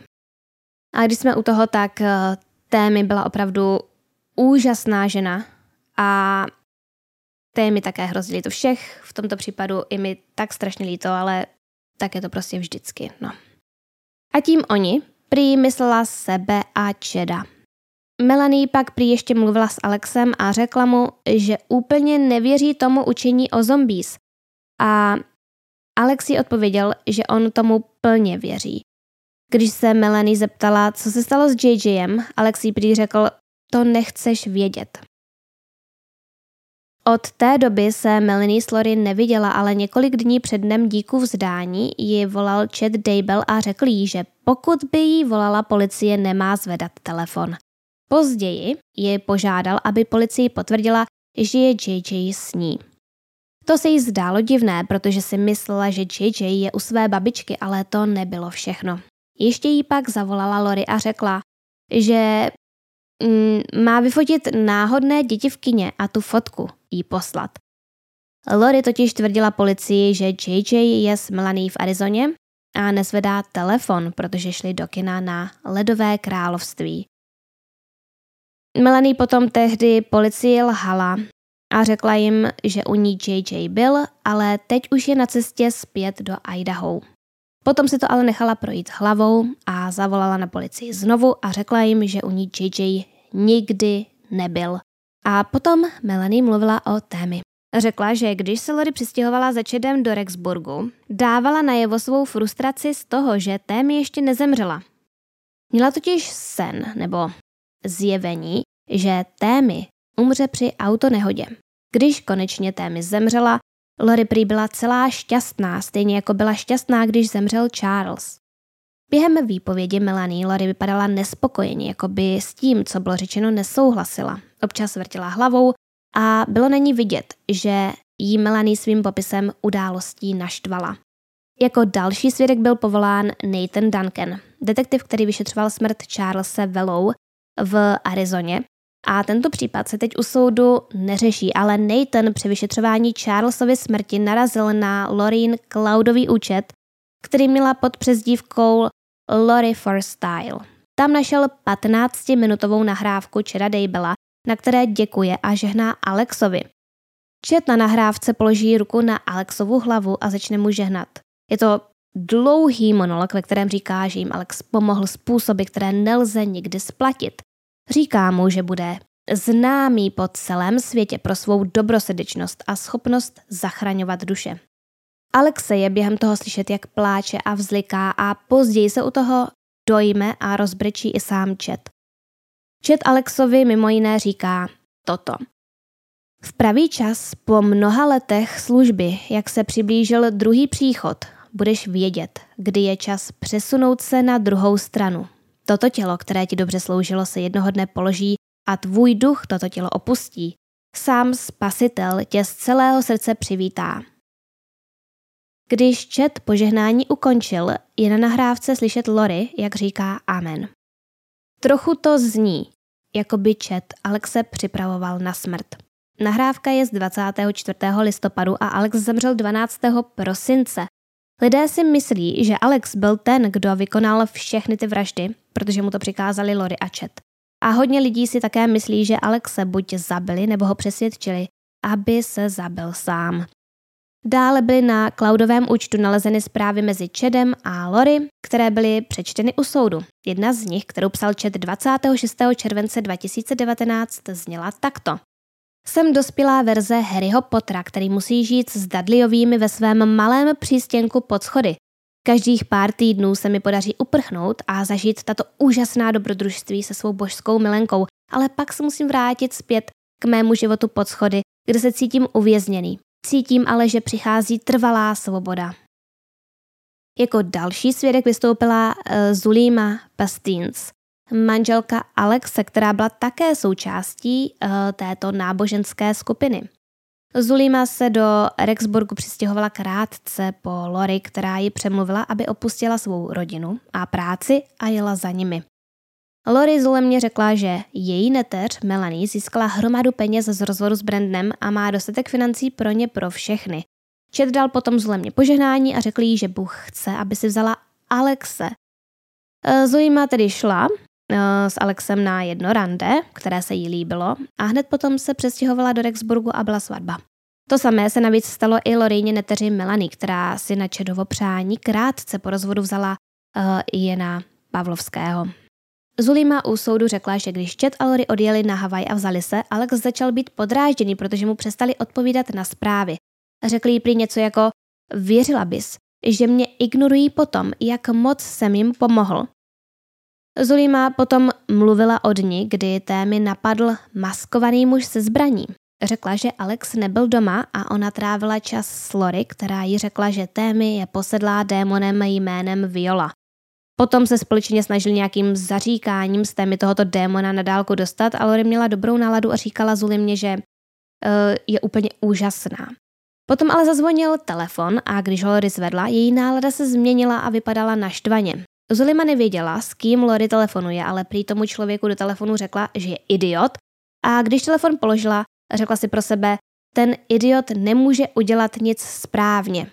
A když jsme u toho, tak Témy byla opravdu úžasná žena a Témy také hrozili to všech, v tomto případu i mi tak strašně líto, ale tak je to prostě vždycky, no. A tím oni prý myslela sebe a Chada. Melanie pak prý ještě mluvila s Alexem a řekla mu, že úplně nevěří tomu učení o zombies. A Alex jí odpověděl, že on tomu plně věří. Když se Melanie zeptala, co se stalo s JJem, Alex jí prý řekl, to nechceš vědět. Od té doby se Melanie s Lori neviděla, ale několik dní před dnem díku vzdání ji volal Chad Daybell a řekl jí, že pokud by jí volala policie, nemá zvedat telefon. Později ji požádal, aby policii potvrdila, že je J J s ní. To se jí zdálo divné, protože si myslela, že J J je u své babičky, ale to nebylo všechno. Ještě jí pak zavolala Lori a řekla, že mm, má vyfotit náhodné děti v kině a tu fotku jí poslat. Lori totiž tvrdila policii, že J J je s Melanie v Arizoně a nezvedá telefon, protože šli do kina na Ledové království. Melanie potom tehdy policii lhala a řekla jim, že u ní J J byl, ale teď už je na cestě zpět do Idaho. Potom si to ale nechala projít hlavou a zavolala na policii znovu a řekla jim, že u ní J J nikdy nebyl. A potom Melanie mluvila o Témy. Řekla, že když se Lori přistěhovala za Chadem do Rexburgu, dávala najevo svou frustraci z toho, že Témy ještě nezemřela. Měla totiž sen, nebo zjevení, že Témy umře při autonehodě. Když konečně Témy zemřela, Lori prý byla celá šťastná, stejně jako byla šťastná, když zemřel Charles. Během výpovědi Melanie Lori vypadala nespokojeně, jako by s tím, co bylo řečeno, nesouhlasila. Občas vrtila hlavou a bylo na ní vidět, že jí Melanie svým popisem událostí naštvala. Jako další svědek byl povolán Nathan Duncan, detektiv, který vyšetřoval smrt Charlese Vellou v Arizoně. A tento případ se teď u soudu neřeší, ale Nathan při vyšetřování Charlesovy smrti narazil na Lorraine Cloudový účet, který měla pod přezdívkou Lori for Style. Tam našel patnáctiminutovou nahrávku Chada Daybella, na které děkuje a žehná Alexovi. Chad na nahrávce položí ruku na Alexovu hlavu a začne mu žehnat. Je to dlouhý monolog, ve kterém říká, že jim Alex pomohl způsoby, které nelze nikdy splatit. Říká mu, že bude známý po celém světě pro svou dobrosrdečnost a schopnost zachraňovat duše. Alexe je během toho slyšet, jak pláče a vzliká a později se u toho dojme a rozbrečí i sám Chad. Chad Alexovi mimo jiné říká toto. V pravý čas po mnoha letech služby, jak se přiblížil druhý příchod, budeš vědět, kdy je čas přesunout se na druhou stranu. Toto tělo, které ti dobře sloužilo, se jednoho dne položí a tvůj duch toto tělo opustí. Sám Spasitel tě z celého srdce přivítá. Když Chad požehnání ukončil, je na nahrávce slyšet Lori, jak říká amen. Trochu to zní, jako by Chad Alexe připravoval na smrt. Nahrávka je z dvacátého čtvrtého listopadu a Alex zemřel dvanáctého prosince. Lidé si myslí, že Alex byl ten, kdo vykonal všechny ty vraždy, protože mu to přikázali Lori a Chad. A hodně lidí si také myslí, že Alexe buď zabili, nebo ho přesvědčili, aby se zabil sám. Dále byly na Cloudovém účtu nalezeny zprávy mezi Chadem a Lori, které byly přečteny u soudu. Jedna z nich, kterou psal Chad dvacátého šestého července dva tisíce devatenáct, zněla takto. Jsem dospělá verze Harryho Pottera, který musí žít s Dudleyovými ve svém malém přístěnku pod schody. Každých pár týdnů se mi podaří uprchnout a zažít tato úžasná dobrodružství se svou božskou milenkou, ale pak se musím vrátit zpět k mému životu pod schody, kde se cítím uvězněný. Cítím ale, že přichází trvalá svoboda. Jako další svědek vystoupila uh, Zulima Pastins, manželka Alexe, která byla také součástí uh, této náboženské skupiny. Zulima se do Rexburgu přistěhovala krátce po Lori, která ji přemluvila, aby opustila svou rodinu a práci a jela za nimi. Lori Zulemě řekla, že její neteř Melanie získala hromadu peněz z rozvodu s Brandonem a má dostatek financí pro ně pro všechny. Chad dal potom Zulemě požehnání a řekl jí, že Bůh chce, aby si vzala Alexe. Zulima tedy šla s Alexem na jedno rande, které se jí líbilo, a hned potom se přestěhovala do Rexburgu a byla svatba. To samé se navíc stalo i Lorině neteři Melanie, která si na Chadovo přání krátce po rozvodu vzala uh, Jana Pavlovského. Zulima u soudu řekla, že když Chad a Lori odjeli na Havaj a vzali se, Alex začal být podrážděný, protože mu přestali odpovídat na zprávy. Řekl jí prý něco jako, věřila bys, že mě ignorují potom, jak moc jsem jim pomohl. Zulima potom mluvila o dni, kdy Témy napadl maskovaný muž se zbraní. Řekla, že Alex nebyl doma a ona trávila čas s Lori, která jí řekla, že Témy je posedlá démonem jménem Viola. Potom se společně snažili nějakým zaříkáním z Témy tohoto démona na dálku dostat a Lori měla dobrou náladu a říkala Zulimě, že uh, je úplně úžasná. Potom ale zazvonil telefon a když ho Lori zvedla, její nálada se změnila a vypadala naštvaně. Zulima nevěděla, s kým Lori telefonuje, ale prý tomu člověku do telefonu řekla, že je idiot, a když telefon položila, řekla si pro sebe, ten idiot nemůže udělat nic správně.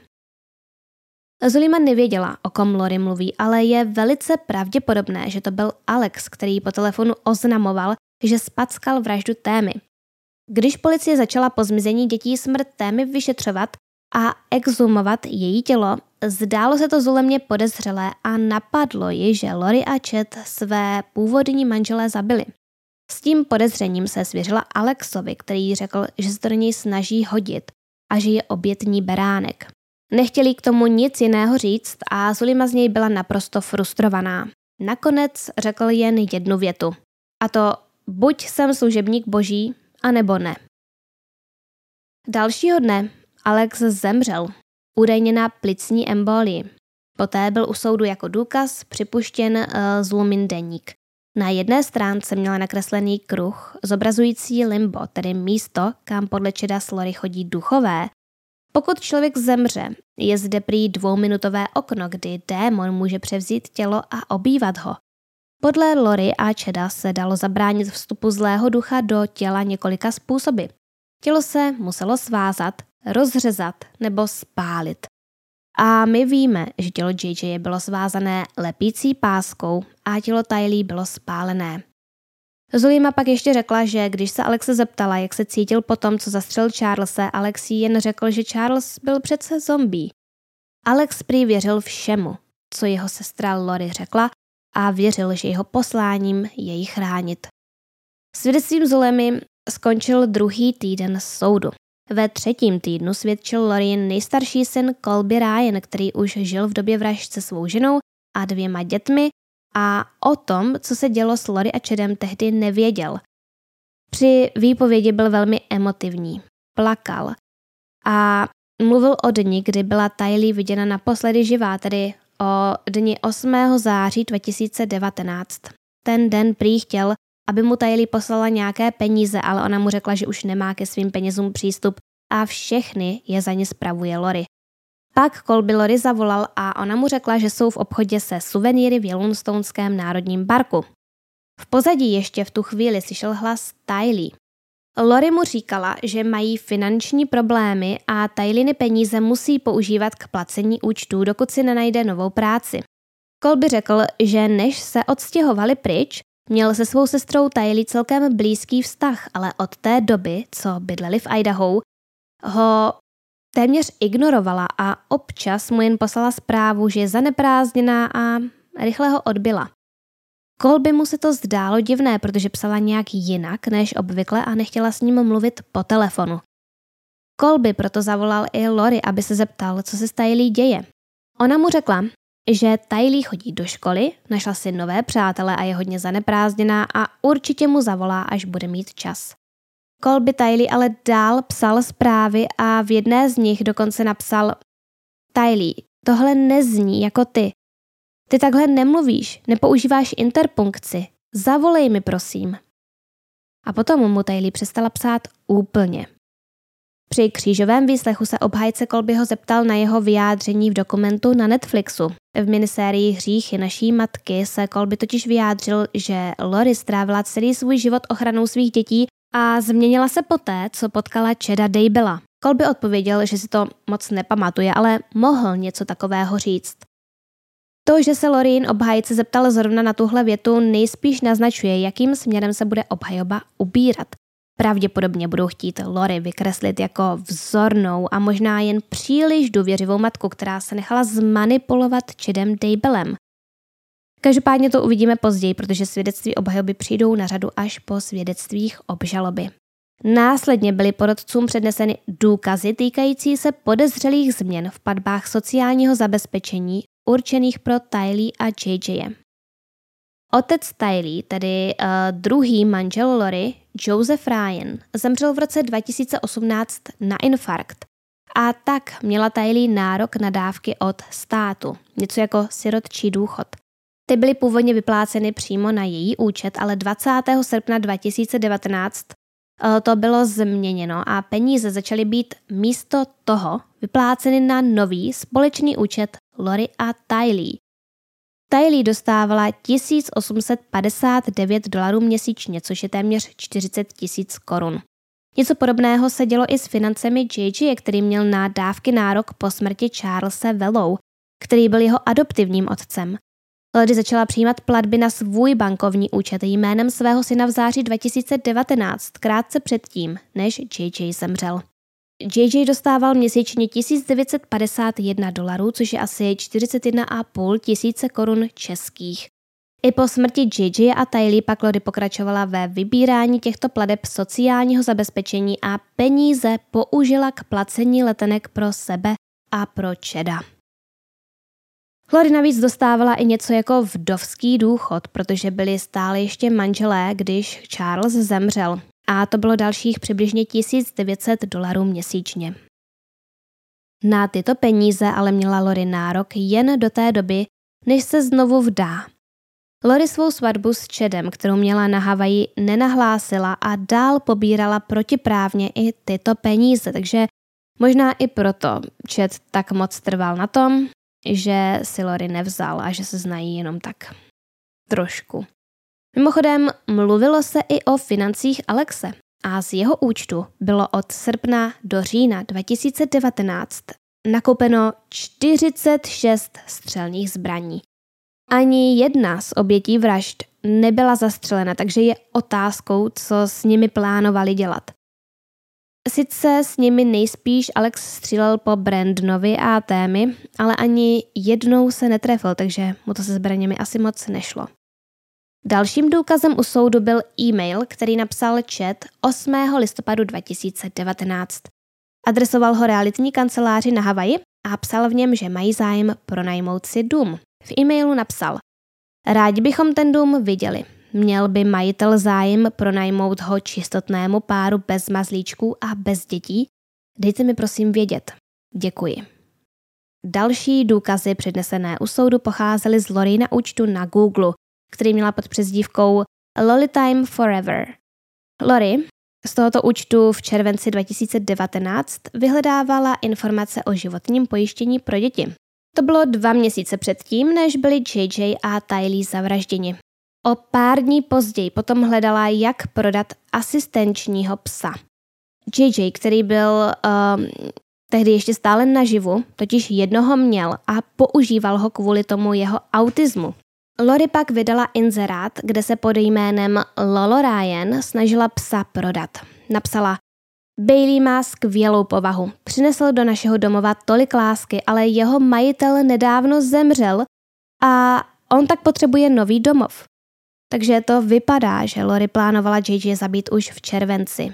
Zulima nevěděla, o kom Lori mluví, ale je velice pravděpodobné, že to byl Alex, který po telefonu oznamoval, že spackal vraždu Témy. Když policie začala po zmizení dětí smrt Témy vyšetřovat a exhumovat její tělo, zdálo se to Zulemě podezřelé a napadlo ji, že Lori a Chad své původní manželé zabili. S tím podezřením se svěřila Alexovi, který řekl, že se to do něj snaží hodit a že je obětní beránek. Nechtěli k tomu nic jiného říct a Zulima z něj byla naprosto frustrovaná. Nakonec řekl jen jednu větu. A to buď jsem služebník boží, anebo ne. Dalšího dne Alex zemřel, údajně na plicní embolii. Poté byl u soudu jako důkaz připuštěn uh, Zlumin deník. Na jedné stránce měla nakreslený kruh zobrazující limbo, tedy místo, kam podle Chada s Lori chodí duchové. Pokud člověk zemře, je zde prý dvouminutové okno, kdy démon může převzít tělo a obývat ho. Podle Lori a Chada se dalo zabránit vstupu zlého ducha do těla několika způsoby. Tělo se muselo svázat, rozřezat nebo spálit. A my víme, že tělo J J bylo svázané lepící páskou a tělo Tylee bylo spálené. Zulima pak ještě řekla, že když se Alexe zeptala, jak se cítil po tom, co zastřelil Charlese, Alex jí jen řekl, že Charles byl přece zombie. Alex prý věřil všemu, co jeho sestra Lori řekla, a věřil, že jeho posláním je jí chránit. Svědectvím Zulemy skončil druhý týden soudu. Ve třetím týdnu svědčil Lori nejstarší syn Colby Ryan, který už žil v době vražd se svou ženou a dvěma dětmi a o tom, co se dělo s Lori a Chadem, tehdy nevěděl. Při výpovědi byl velmi emotivní, plakal a mluvil o dni, kdy byla Tylee viděna naposledy živá, tedy o dni osmého září dva tisíce devatenáct. Ten den prý chtěl, aby mu Tylee poslala nějaké peníze, ale ona mu řekla, že už nemá ke svým penězům přístup a všechny je za ně spravuje Lori. Pak Colby Lori zavolal a ona mu řekla, že jsou v obchodě se suvenýry v Yellowstoneském národním parku. V pozadí ještě v tu chvíli slyšel hlas Tylee. Lori mu říkala, že mají finanční problémy a Tyleeny peníze musí používat k placení účtů, dokud si nenajde novou práci. Colby řekl, že než se odstěhovali pryč, měl se svou sestrou Tylee celkem blízký vztah, ale od té doby, co bydleli v Idaho, ho téměř ignorovala a občas mu jen poslala zprávu, že je zaneprázdněná a rychle ho odbyla. Colby mu se to zdálo divné, protože psala nějak jinak než obvykle a nechtěla s ním mluvit po telefonu. Colby proto zavolal i Lori, aby se zeptal, co se s Tylee děje. Ona mu řekla, že Tylee chodí do školy, našla si nové přátele a je hodně zaneprázdněná a určitě mu zavolá, až bude mít čas. Colby Tylee ale dál psal zprávy a v jedné z nich dokonce napsal: Tylee, tohle nezní jako ty. Ty takhle nemluvíš, nepoužíváš interpunkci. Zavolej mi, prosím. A potom mu Tylee přestala psát úplně. Při křížovém výslechu se obhájce Colbyho zeptal na jeho vyjádření v dokumentu na Netflixu. V minisérii Hříchy naší matky se Colby totiž vyjádřil, že Lori strávila celý svůj život ochranou svých dětí a změnila se poté, co potkala Chada Daybella. Colby odpověděl, že si to moc nepamatuje, ale mohl něco takového říct. To, že se Lorien obhájce zeptal zrovna na tuhle větu, nejspíš naznačuje, jakým směrem se bude obhajoba ubírat. Pravděpodobně budou chtít Lori vykreslit jako vzornou a možná jen příliš důvěřivou matku, která se nechala zmanipulovat Chadem Daybellem. Každopádně to uvidíme později, protože svědectví obhajoby přijdou na řadu až po svědectvích obžaloby. Následně byly porotcům předneseny důkazy týkající se podezřelých změn v platbách sociálního zabezpečení určených pro Tylee a J J. Otec Tylee, tedy uh, druhý manžel Lori, Joseph Ryan, zemřel v roce dva tisíce osmnáct na infarkt a tak měla Tylee nárok na dávky od státu, něco jako sirotčí důchod. Ty byly původně vypláceny přímo na její účet, ale dvacátého srpna dva tisíce devatenáct uh, to bylo změněno a peníze začaly být místo toho vypláceny na nový společný účet Lori a Tylee. Tylee dostávala tisíc osm set padesát devět dolarů měsíčně, což je téměř čtyřicet tisíc korun. Něco podobného se dělo i s financemi J J, který měl na dávky nárok po smrti Charlese Vellow, který byl jeho adoptivním otcem. Lori začala přijímat platby na svůj bankovní účet jménem svého syna v září dva tisíce devatenáct, krátce předtím, než J J zemřel. J J dostával měsíčně tisíc devět set padesát jedna dolarů, což je asi čtyřicet jedna a půl tisíce korun českých. I po smrti J J a Tylee pak Lori pokračovala ve vybírání těchto plateb sociálního zabezpečení a peníze použila k placení letenek pro sebe a pro Chada. Lori navíc dostávala i něco jako vdovský důchod, protože byli stále ještě manželé, když Charles zemřel. A to bylo dalších přibližně tisíc devět set dolarů měsíčně. Na tyto peníze ale měla Lori nárok jen do té doby, než se znovu vdá. Lori svou svatbu s Chadem, kterou měla na Havaji, nenahlásila a dál pobírala protiprávně i tyto peníze, takže možná i proto Chad tak moc trval na tom, že si Lori nevzal a že se znají jenom tak trošku. Mimochodem, mluvilo se i o financích Alexe a z jeho účtu bylo od srpna do října dva tisíce devatenáct nakoupeno čtyřicet šest střelných zbraní. Ani jedna z obětí vražd nebyla zastřelena, takže je otázkou, co s nimi plánovali dělat. Sice s nimi nejspíš Alex střílel po Brandonovi a Tammy, ale ani jednou se netrefil, takže mu to se zbraněmi asi moc nešlo. Dalším důkazem u soudu byl e-mail, který napsal Chad osmého listopadu dva tisíce devatenáct. Adresoval ho realitní kanceláři na Havaji a psal v něm, že mají zájem pronajmout si dům. V e-mailu napsal: Rádi bychom ten dům viděli. Měl by majitel zájem pronajmout ho čistotnému páru bez mazlíčků a bez dětí? Dejte mi prosím vědět. Děkuji. Další důkazy přednesené u soudu pocházely z Lori na účtu na Google, který měla pod přezdívkou Lolitime Forever. Lori z tohoto účtu v červenci dva tisíce devatenáct vyhledávala informace o životním pojištění pro děti. To bylo dva měsíce předtím, než byli J J a Tylee zavražděni. O pár dní později potom hledala, jak prodat asistenčního psa. J J, který byl um, tehdy ještě stále naživu, totiž jednoho měl a používal ho kvůli tomu jeho autismu. Lori pak vydala inzerát, kde se pod jménem Lolo Ryan snažila psa prodat. Napsala: Bailey má skvělou povahu. Přinesl do našeho domova tolik lásky, ale jeho majitel nedávno zemřel a on tak potřebuje nový domov. Takže to vypadá, že Lori plánovala J J zabít už v červenci.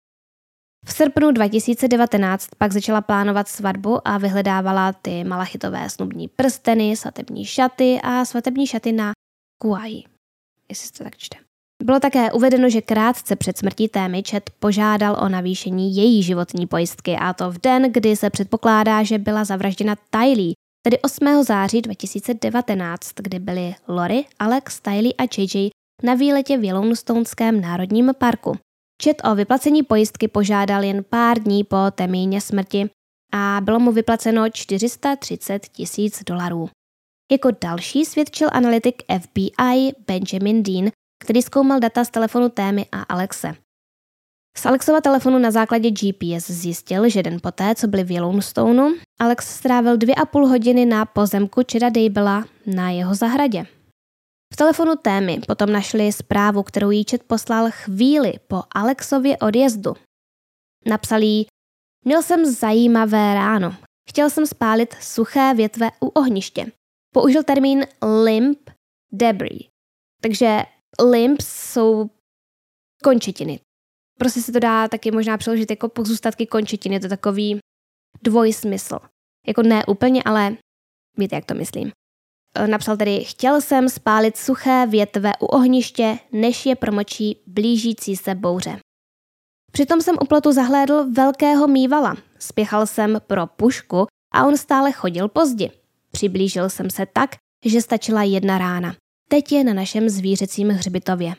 V srpnu dva tisíce devatenáct pak začala plánovat svatbu a vyhledávala ty malachitové snubní prsteny, svatební šaty a svatební šaty na Kauai, jestli se to tak čte. Bylo také uvedeno, že krátce před smrtí Tammy Chad požádal o navýšení její životní pojistky, a to v den, kdy se předpokládá, že byla zavražděna Tylee, tedy osmého září dva tisíce devatenáct, kdy byli Lori, Alex, Tylee a J J na výletě v Yellowstoneském národním parku. Chad o vyplacení pojistky požádal jen pár dní po Tammyně smrti a bylo mu vyplaceno čtyři sta třicet tisíc dolarů. Jako další svědčil analytik F B I Benjamin Dean, který zkoumal data z telefonu Tammy a Alexe. Z Alexova telefonu na základě G P S zjistil, že den poté, co byli v Yellowstoneu, Alex strávil dvě a půl hodiny na pozemku Chada Daybella na jeho zahradě. V telefonu Tammy potom našli zprávu, kterou jí Chad poslal chvíli po Alexově odjezdu. Napsal jí: Měl jsem zajímavé ráno. Chtěl jsem spálit suché větve u ohniště. Použil termín limp debris. Takže limps jsou končetiny. Prostě se to dá taky možná přeložit jako pozůstatky končetiny. Je to takový dvojsmysl. Jako ne úplně, ale víte, jak to myslím. Napsal tedy: Chtěl jsem spálit suché větve u ohniště, než je promočí blížící se bouře. Přitom jsem u plotu zahlédl velkého mývala. Spěchal jsem pro pušku a on stále chodil pozdě. Přiblížil jsem se tak, že stačila jedna rána. Teď je na našem zvířecím hřbitově.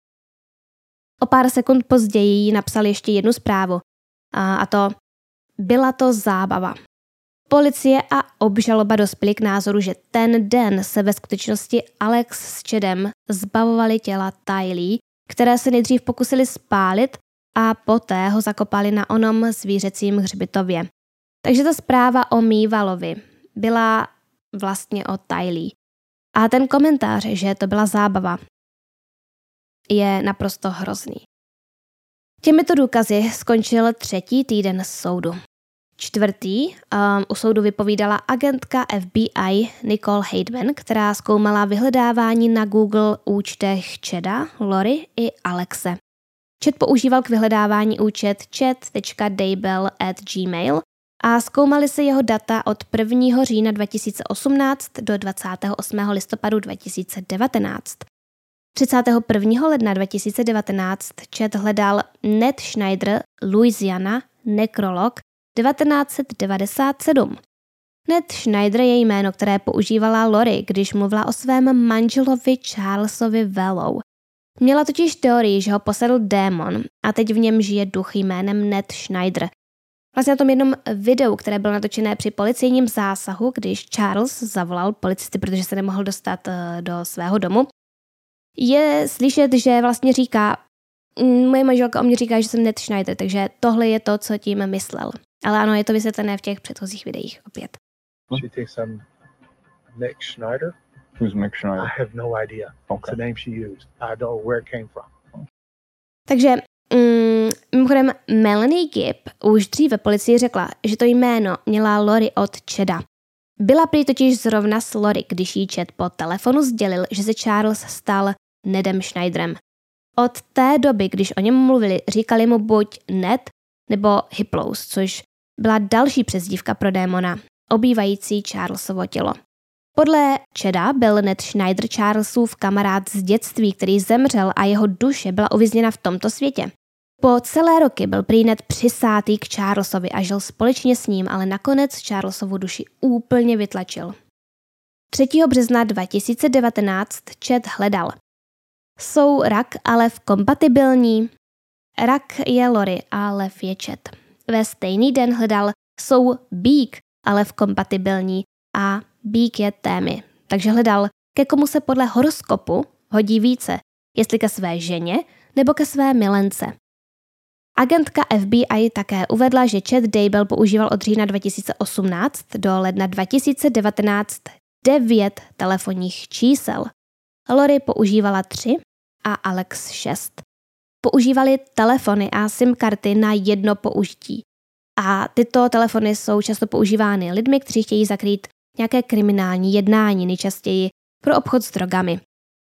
O pár sekund později napsal ještě jednu zprávu. A, a to: Byla to zábava. Policie a obžaloba dospěly k názoru, že ten den se ve skutečnosti Alex s Chadem zbavovali těla Tylee, které se nejdřív pokusili spálit a poté ho zakopali na onom zvířecím hřbitově. Takže ta zpráva o mývalovi byla vlastně o Tylee. A ten komentář, že to byla zábava, je naprosto hrozný. Těmito důkazy skončil třetí týden soudu. Čtvrtý um, u soudu vypovídala agentka F B I Nicole Haidman, která zkoumala vyhledávání na Google účtech Chada, Lori i Alexe. Chad používal k vyhledávání účet chad tečka daybell at gmail a zkoumali se jeho data od prvního října dva tisíce osmnáct do dvacátého osmého listopadu dva tisíce devatenáct. třicátého prvního ledna dva tisíce devatenáct Chad hledal Ned Schneider, Louisiana, nekrolog, devatenáct set devadesát sedm. Ned Schneider je jméno, které používala Lori, když mluvila o svém manželovi Charlesovi Wellow. Měla totiž teorii, že ho posedl démon a teď v něm žije duch jménem Ned Schneider. Vlastně na tom jednom videu, které bylo natočené při policejním zásahu, když Charles zavolal policisty, protože se nemohl dostat do svého domu, je slyšet, že vlastně říká, moje manželka o mě říká, že jsem Ned Schneider, takže tohle je to, co tím myslel. Ale ano, je to vysvětlené v těch předchozích videích opět. She thinks I'm Nick Schneider. Who's Mick Schneider? I have no idea. Okay. It's the name she used. I don't know where it came from. Takže mm, mimochodem Melanie Gibb už dříve policii řekla, že to jméno měla Lori od Chada. Byla prý totiž zrovna s Lori, když jí Chad po telefonu sdělil, že se Charles stal Nedem Schneiderem. Od té doby, když o něm mluvili, říkali mu buď Ned nebo Hyplos, což byla další přezdívka pro démona, obývající Charlesovo tělo. Podle Chada byl Ned Schneider Charlesův kamarád z dětství, který zemřel a jeho duše byla uvězněna v tomto světě. Po celé roky byl prý Ned přisátý k Charlesovi a žil společně s ním, ale nakonec Charlesovu duši úplně vytlačil. třetího března dva tisíce devatenáct Chad hledal. Jsou rak a lev kompatibilní? Rak je Lori a lev je Chad. Ve stejný den hledal, jsou Beak a lev kompatibilní a Beak je Tammy. Takže hledal, ke komu se podle horoskopu hodí více, jestli ke své ženě nebo ke své milence. Agentka F B I také uvedla, že Chad Daybell používal od října dva tisíce osmnáct do ledna dva tisíce devatenáct devět telefonních čísel. Lori používala tři a Alex šest. Používali telefony a SIM karty na jedno použití. A tyto telefony jsou často používány lidmi, kteří chtějí zakrýt nějaké kriminální jednání, nejčastěji pro obchod s drogami.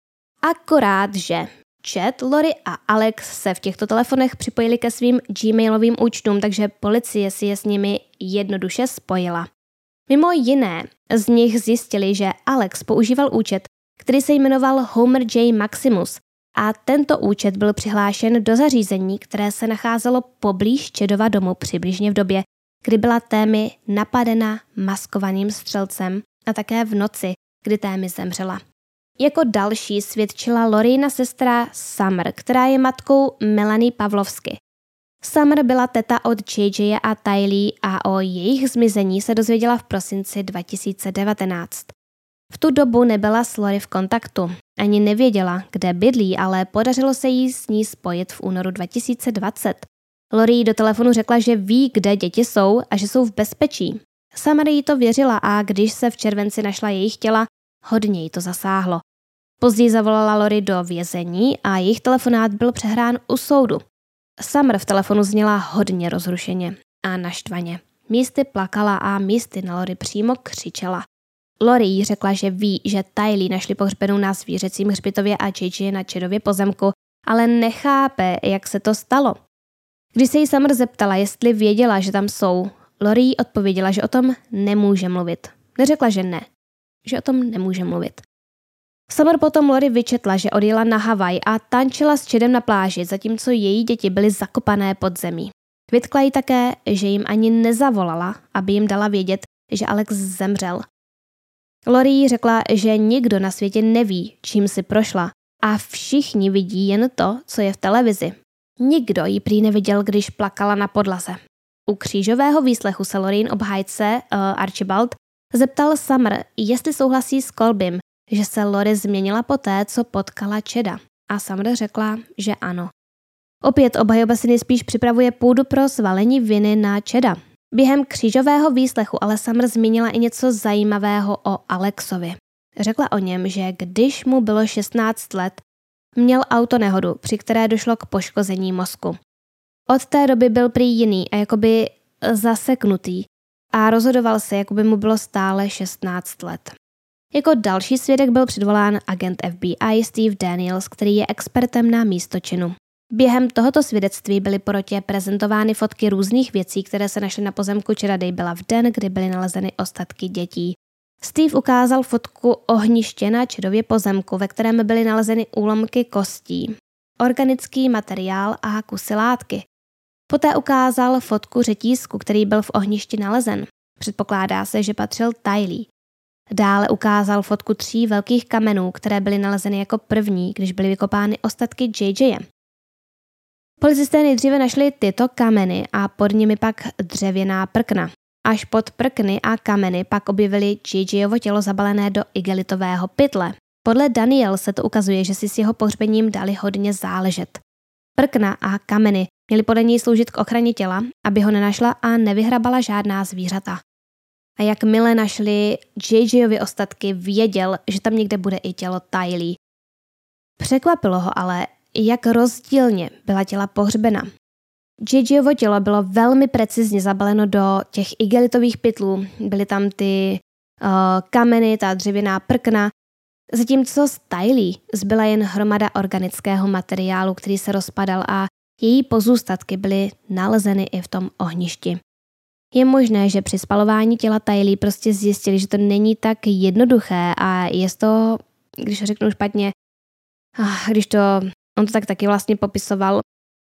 Akorát, že Chad, Lori a Alex se v těchto telefonech připojili ke svým gmailovým účtům, takže policie si je s nimi jednoduše spojila. Mimo jiné z nich zjistili, že Alex používal účet, který se jmenoval Homer J. Maximus a tento účet byl přihlášen do zařízení, které se nacházelo poblíž Chadova domu přibližně v době, kdy byla Tammy napadena maskovaným střelcem a také v noci, kdy Tammy zemřela. Jako další svědčila Lorina sestra Summer, která je matkou Melanie Pavlovsky. Summer byla teta od J J a Tylee a o jejich zmizení se dozvěděla v prosinci dva tisíce devatenáct. V tu dobu nebyla s Lori v kontaktu, ani nevěděla, kde bydlí, ale podařilo se jí s ní spojit v únoru dva tisíce dvacet. Lori jí do telefonu řekla, že ví, kde děti jsou a že jsou v bezpečí. Summer jí to věřila a když se v červenci našla jejich těla, hodně jí to zasáhlo. Později zavolala Lori do vězení a jejich telefonát byl přehrán u soudu. Summer v telefonu zněla hodně rozrušeně a naštvaně. Místy plakala a místy na Lori přímo křičela. Lori jí řekla, že ví, že Tylee našli pohřbenou na zvířecím hřbitově a J J na Chadově pozemku, ale nechápe, jak se to stalo. Když se jí Summer zeptala, jestli věděla, že tam jsou, Lori jí odpověděla, že o tom nemůže mluvit. Neřekla, že ne, že o tom nemůže mluvit. Summer potom Lori vyčetla, že odjela na Havaj a tančila s Chadem na pláži, zatímco její děti byly zakopané pod zemí. Vytkla jí také, že jim ani nezavolala, aby jim dala vědět, že Alex zemřel. Lori jí řekla, že nikdo na světě neví, čím si prošla a všichni vidí jen to, co je v televizi. Nikdo jí prý neviděl, když plakala na podlaze. U křížového výslechu se Lorin obhájce uh, Archibald zeptal Summer, jestli souhlasí s Colbym, že se Lori změnila poté, co potkala Chada. A Summer řekla, že ano. Opět obhajoba si nejspíš připravuje půdu pro svalení viny na Chada. Během křížového výslechu ale Summer zmínila i něco zajímavého o Alexovi. Řekla o něm, že když mu bylo šestnáct let, měl autonehodu, při které došlo k poškození mozku. Od té doby byl prý jiný a jakoby zaseknutý a rozhodoval se, jako by mu bylo stále šestnáct let. Jako další svědek byl předvolán agent F B I Steve Daniels, který je expertem na místo činu. Během tohoto svědectví byly porotě prezentovány fotky různých věcí, které se našly na pozemku Chada Daybella v den, kdy byly nalezeny ostatky dětí. Steve ukázal fotku ohniště na Chadově pozemku, ve kterém byly nalezeny úlomky kostí, organický materiál a kusy látky. Poté ukázal fotku řetízku, který byl v ohništi nalezen. Předpokládá se, že patřil Tylee. Dále ukázal fotku tří velkých kamenů, které byly nalezeny jako první, když byly vykopány ostatky J J. Policisté nejdříve našli tyto kameny a pod nimi pak dřevěná prkna. Až pod prkny a kameny pak objevili J J-ovo tělo zabalené do igelitového pytle. Podle Daniel se to ukazuje, že si s jeho pohřbením dali hodně záležet. Prkna a kameny měly podle něj sloužit k ochraně těla, aby ho nenašla a nevyhrabala žádná zvířata. A jakmile našli J J-ovy ostatky, věděl, že tam někde bude i tělo Tylee. Překvapilo ho ale, jak rozdílně byla těla pohřbena. J J-ovo tělo bylo velmi precizně zabaleno do těch igelitových pytlů, byly tam ty uh, kameny, ta dřevěná prkna, zatímco z Tylee zbyla jen hromada organického materiálu, který se rozpadal a její pozůstatky byly nalezeny i v tom ohništi. Je možné, že při spalování těla Tylee prostě zjistili, že to není tak jednoduché a je to, když řeknu špatně, když to, on to tak taky vlastně popisoval,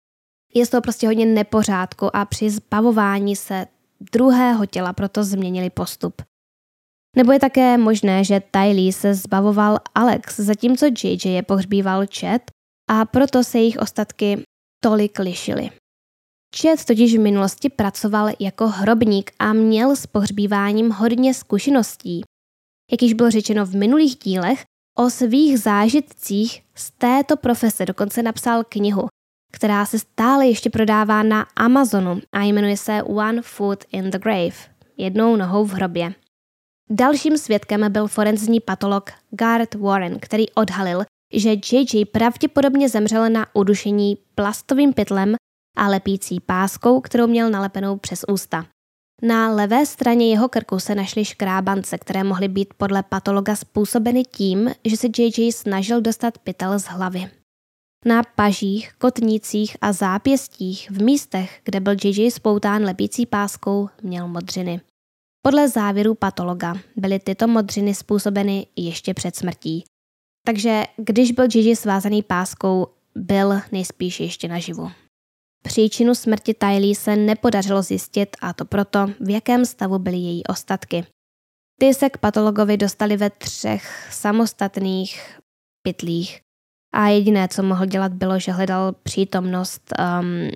je to prostě hodně nepořádku a při zbavování se druhého těla proto změnili postup. Nebo je také možné, že Tylee se zbavoval Alex, zatímco J J je pohřbíval Chad a proto se jejich ostatky tolik lišily. Chad totiž v minulosti pracoval jako hrobník a měl s pohřbíváním hodně zkušeností. Jak již bylo řečeno v minulých dílech, o svých zážitcích z této profese dokonce napsal knihu, která se stále ještě prodává na Amazonu a jmenuje se One Foot in the Grave, jednou nohou v hrobě. Dalším svědkem byl forenzní patolog Garth Warren, který odhalil, že J J pravděpodobně zemřel na udušení plastovým pytlem a lepící páskou, kterou měl nalepenou přes ústa. Na levé straně jeho krku se našly škrábance, které mohly být podle patologa způsobeny tím, že se J J snažil dostat pytel z hlavy. Na pažích, kotnících a zápěstích v místech, kde byl J J spoután lepící páskou, měl modřiny. Podle závěrů patologa byly tyto modřiny způsobeny ještě před smrtí. Takže když byl J J svázaný páskou, byl nejspíš ještě naživu. Příčinu smrti Tylee se nepodařilo zjistit, a to proto, v jakém stavu byly její ostatky. Ty se k patologovi dostali ve třech samostatných pytlích a jediné, co mohl dělat, bylo, že hledal přítomnost um,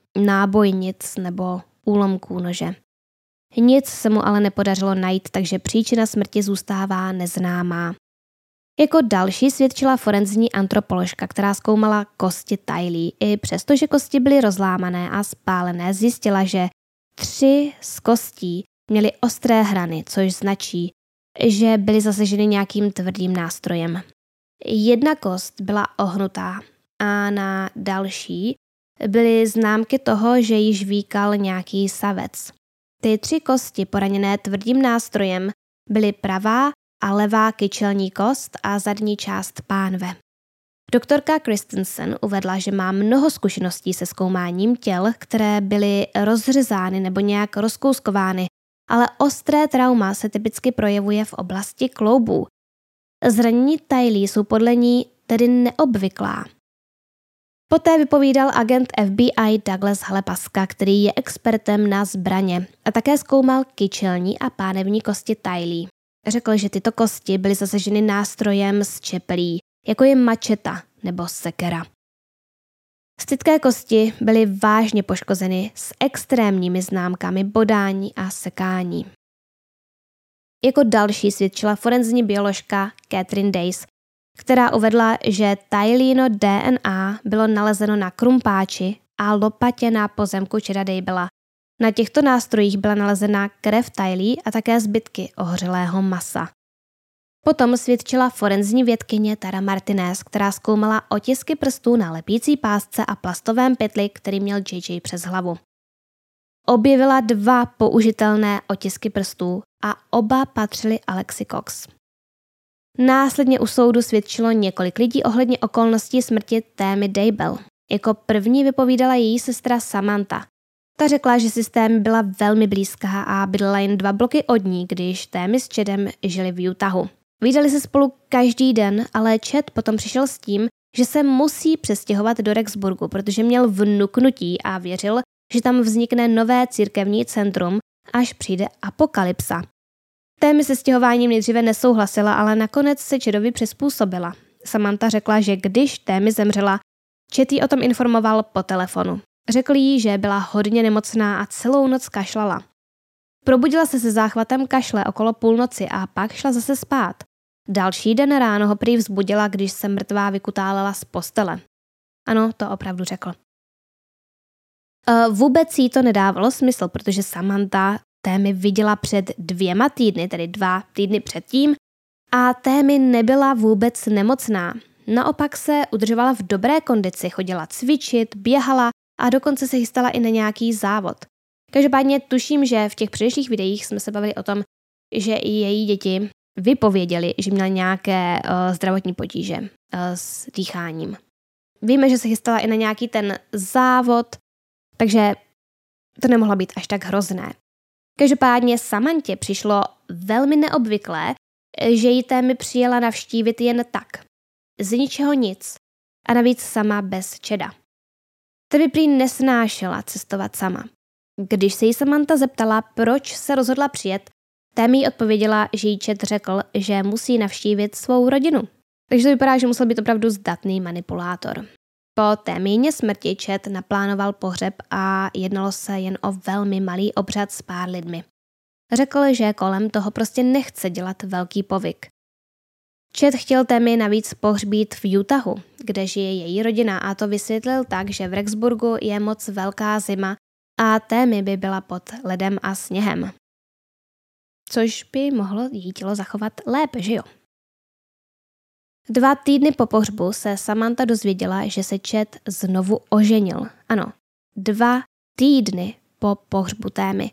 nábojnic nebo úlomků nože. Nic se mu ale nepodařilo najít, takže příčina smrti zůstává neznámá. Jako další svědčila forenzní antropoložka, která zkoumala kosti Tylee. I přestože kosti byly rozlámané a spálené, zjistila, že tři z kostí měly ostré hrany, což značí, že byly zasaženy nějakým tvrdým nástrojem. Jedna kost byla ohnutá a na další byly známky toho, že již víkal nějaký savec. Ty tři kosti poraněné tvrdým nástrojem byly pravá a levá kyčelní kost a zadní část pánve. Doktorka Christensen uvedla, že má mnoho zkušeností se zkoumáním těl, které byly rozřezány nebo nějak rozkouskovány, ale ostré trauma se typicky projevuje v oblasti kloubů. Zranění Tylee jsou podle ní tedy neobvyklá. Poté vypovídal agent F B I Douglas Halepaska, který je expertem na zbraně a také zkoumal kyčelní a pánevní kosti Tylee. Řekl, že tyto kosti byly zasaženy nástrojem z čepelí, jako je mačeta nebo sekera. Stytké kosti byly vážně poškozeny s extrémními známkami bodání a sekání. Jako další svědčila forenzní bioložka Catherine Dace, která uvedla, že Tyleeno D N A bylo nalezeno na krumpáči a lopatě na pozemku Chada Daybella. Na těchto nástrojích byla nalezena krev Tylee a také zbytky ohořelého masa. Potom svědčila forenzní vědkyně Tara Martinez, která zkoumala otisky prstů na lepící pásce a plastovém pytli, který měl J J přes hlavu. Objevila dva použitelné otisky prstů a oba patřily Alexi Cox. Následně u soudu svědčilo několik lidí ohledně okolností smrti Tammy Daybell. Jako první vypovídala její sestra Samantha. Ta řekla, že si s Tammy byla velmi blízká a bydlela jen dva bloky od ní, když Tammy s Chadem žili v Utahu. Vídali se spolu každý den, ale Chad potom přišel s tím, že se musí přestěhovat do Rexburgu, protože měl vnuknutí a věřil, že tam vznikne nové církevní centrum, až přijde apokalypsa. Tammy se stěhováním nejdříve nesouhlasila, ale nakonec se Chadovi přizpůsobila. Samantha řekla, že když Tammy zemřela, Chad jí o tom informoval po telefonu. Řekl jí, že byla hodně nemocná a celou noc kašlala. Probudila se se záchvatem kašle okolo půlnoci a pak šla zase spát. Další den ráno ho prý vzbudila, když se mrtvá vykutálela z postele. Ano, to opravdu řekl. Vůbec jí to nedávalo smysl, protože Samantha Tammy viděla před dvěma týdny, tedy dva týdny předtím, a Tammy nebyla vůbec nemocná. Naopak se udržovala v dobré kondici, chodila cvičit, běhala a dokonce se chystala i na nějaký závod. Každopádně tuším, že v těch předešlých videích jsme se bavili o tom, že i její děti vypověděli, že měla nějaké uh, zdravotní potíže uh, s dýcháním. Víme, že se chystala i na nějaký ten závod, takže to nemohlo být až tak hrozné. Každopádně Samantě přišlo velmi neobvyklé, že ji Tammy přijela navštívit jen tak. Z ničeho nic. A navíc sama bez Chada. Tammy prý nesnášela cestovat sama. Když se jí Samantha zeptala, proč se rozhodla přijet, Tammy jí odpověděla, že jí Chad řekl, že musí navštívit svou rodinu. Takže to vypadá, že musel být opravdu zdatný manipulátor. Po Tammyně smrti Chad naplánoval pohřeb a jednalo se jen o velmi malý obřad s pár lidmi. Řekl, že kolem toho prostě nechce dělat velký povyk. Chad chtěl Tammy navíc pohřbít v Utahu, kde žije její rodina, a to vysvětlil tak, že v Rexburgu je moc velká zima a Tammy by byla pod ledem a sněhem. Což by mohlo její tělo zachovat lépe, že jo? Dva týdny po pohřbu se Samantha dozvěděla, že se Chad znovu oženil. Ano, dva týdny po pohřbu Tammy.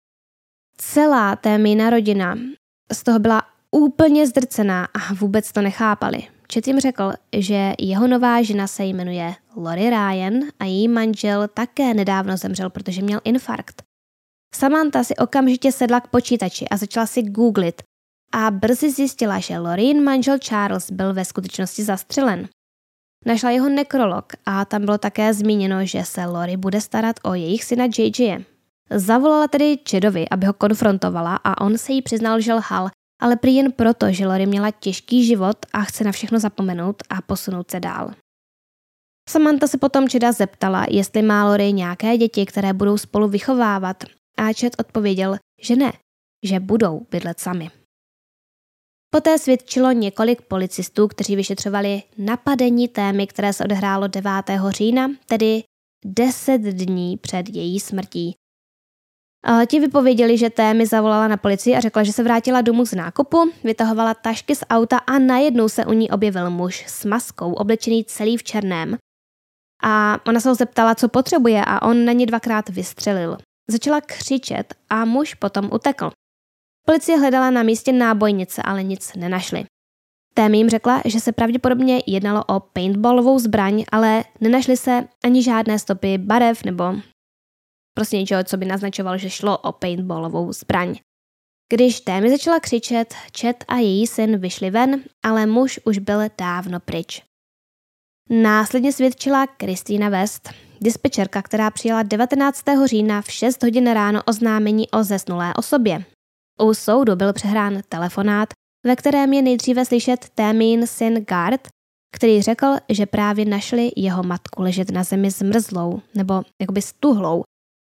Celá Tammyna rodina z toho byla úplně zdrcená a vůbec to nechápali. Chad jim řekl, že jeho nová žena se jmenuje Lori Ryan a její manžel také nedávno zemřel, protože měl infarkt. Samantha si okamžitě sedla k počítači a začala si googlit a brzy zjistila, že Lorin manžel Charles byl ve skutečnosti zastřelen. Našla jeho nekrolog a tam bylo také zmíněno, že se Lori bude starat o jejich syna J J. Zavolala tedy Chadovi, aby ho konfrontovala, a on se jí přiznal, že lhal, ale prý jen proto, že Lori měla těžký život a chce na všechno zapomenout a posunout se dál. Samantha se potom Chada zeptala, jestli má Lori nějaké děti, které budou spolu vychovávat, a Chad odpověděl, že ne, že budou bydlet sami. Poté svědčilo několik policistů, kteří vyšetřovali napadení Tammy, které se odehrálo devátého října, tedy deset dní před její smrtí. A ti vypověděli, že Tammy zavolala na policii a řekla, že se vrátila domů z nákupu, vytahovala tašky z auta a najednou se u ní objevil muž s maskou, oblečený celý v černém. A ona se ho zeptala, co potřebuje, a on na ně dvakrát vystřelil. Začala křičet a muž potom utekl. Policie hledala na místě nábojnice, ale nic nenašli. Tammy jim řekla, že se pravděpodobně jednalo o paintballovou zbraň, ale nenašly se ani žádné stopy barev nebo prostě něčeho, co by naznačovalo, že šlo o paintballovou zbraň. Když Tammy začala křičet, Chad a její syn vyšli ven, ale muž už byl dávno pryč. Následně svědčila Christina West, dispečerka, která přijala devatenáctého října v šest hodin ráno oznámení o zesnulé osobě. U soudu byl přehrán telefonát, ve kterém je nejdříve slyšet Tammyn syn Garth, který řekl, že právě našli jeho matku ležet na zemi zmrzlou nebo jakoby stuhlou.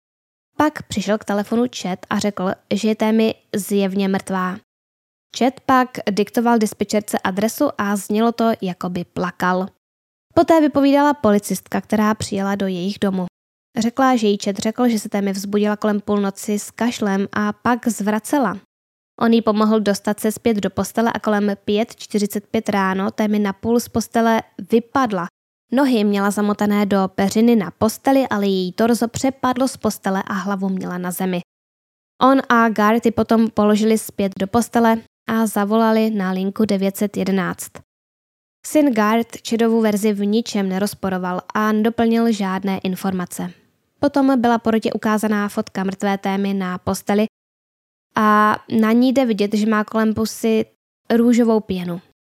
Pak přišel k telefonu Chad a řekl, že je Tammy zjevně mrtvá. Chad pak diktoval dispečerce adresu a znělo to, jako by plakal. Poté vypovídala policistka, která přijela do jejich domu. Řekla, že jí Chad řekl, že se Tammy vzbudila kolem půlnoci s kašlem a pak zvracela. On jí pomohl dostat se zpět do postele a kolem pět čtyřicet pět ráno Tammy napůl z postele vypadla. Nohy měla zamotané do peřiny na posteli, ale její torzo přepadlo z postele a hlavu měla na zemi. On a Garth ji potom položili zpět do postele a zavolali na linku devět set jedenáct. Syn Garth Chadovu verzi v ničem nerozporoval a nedoplnil žádné informace. Potom byla porotě ukázaná fotka mrtvé Tammy na posteli a na ní jde vidět, že má kolem pusy růžovou pěnu.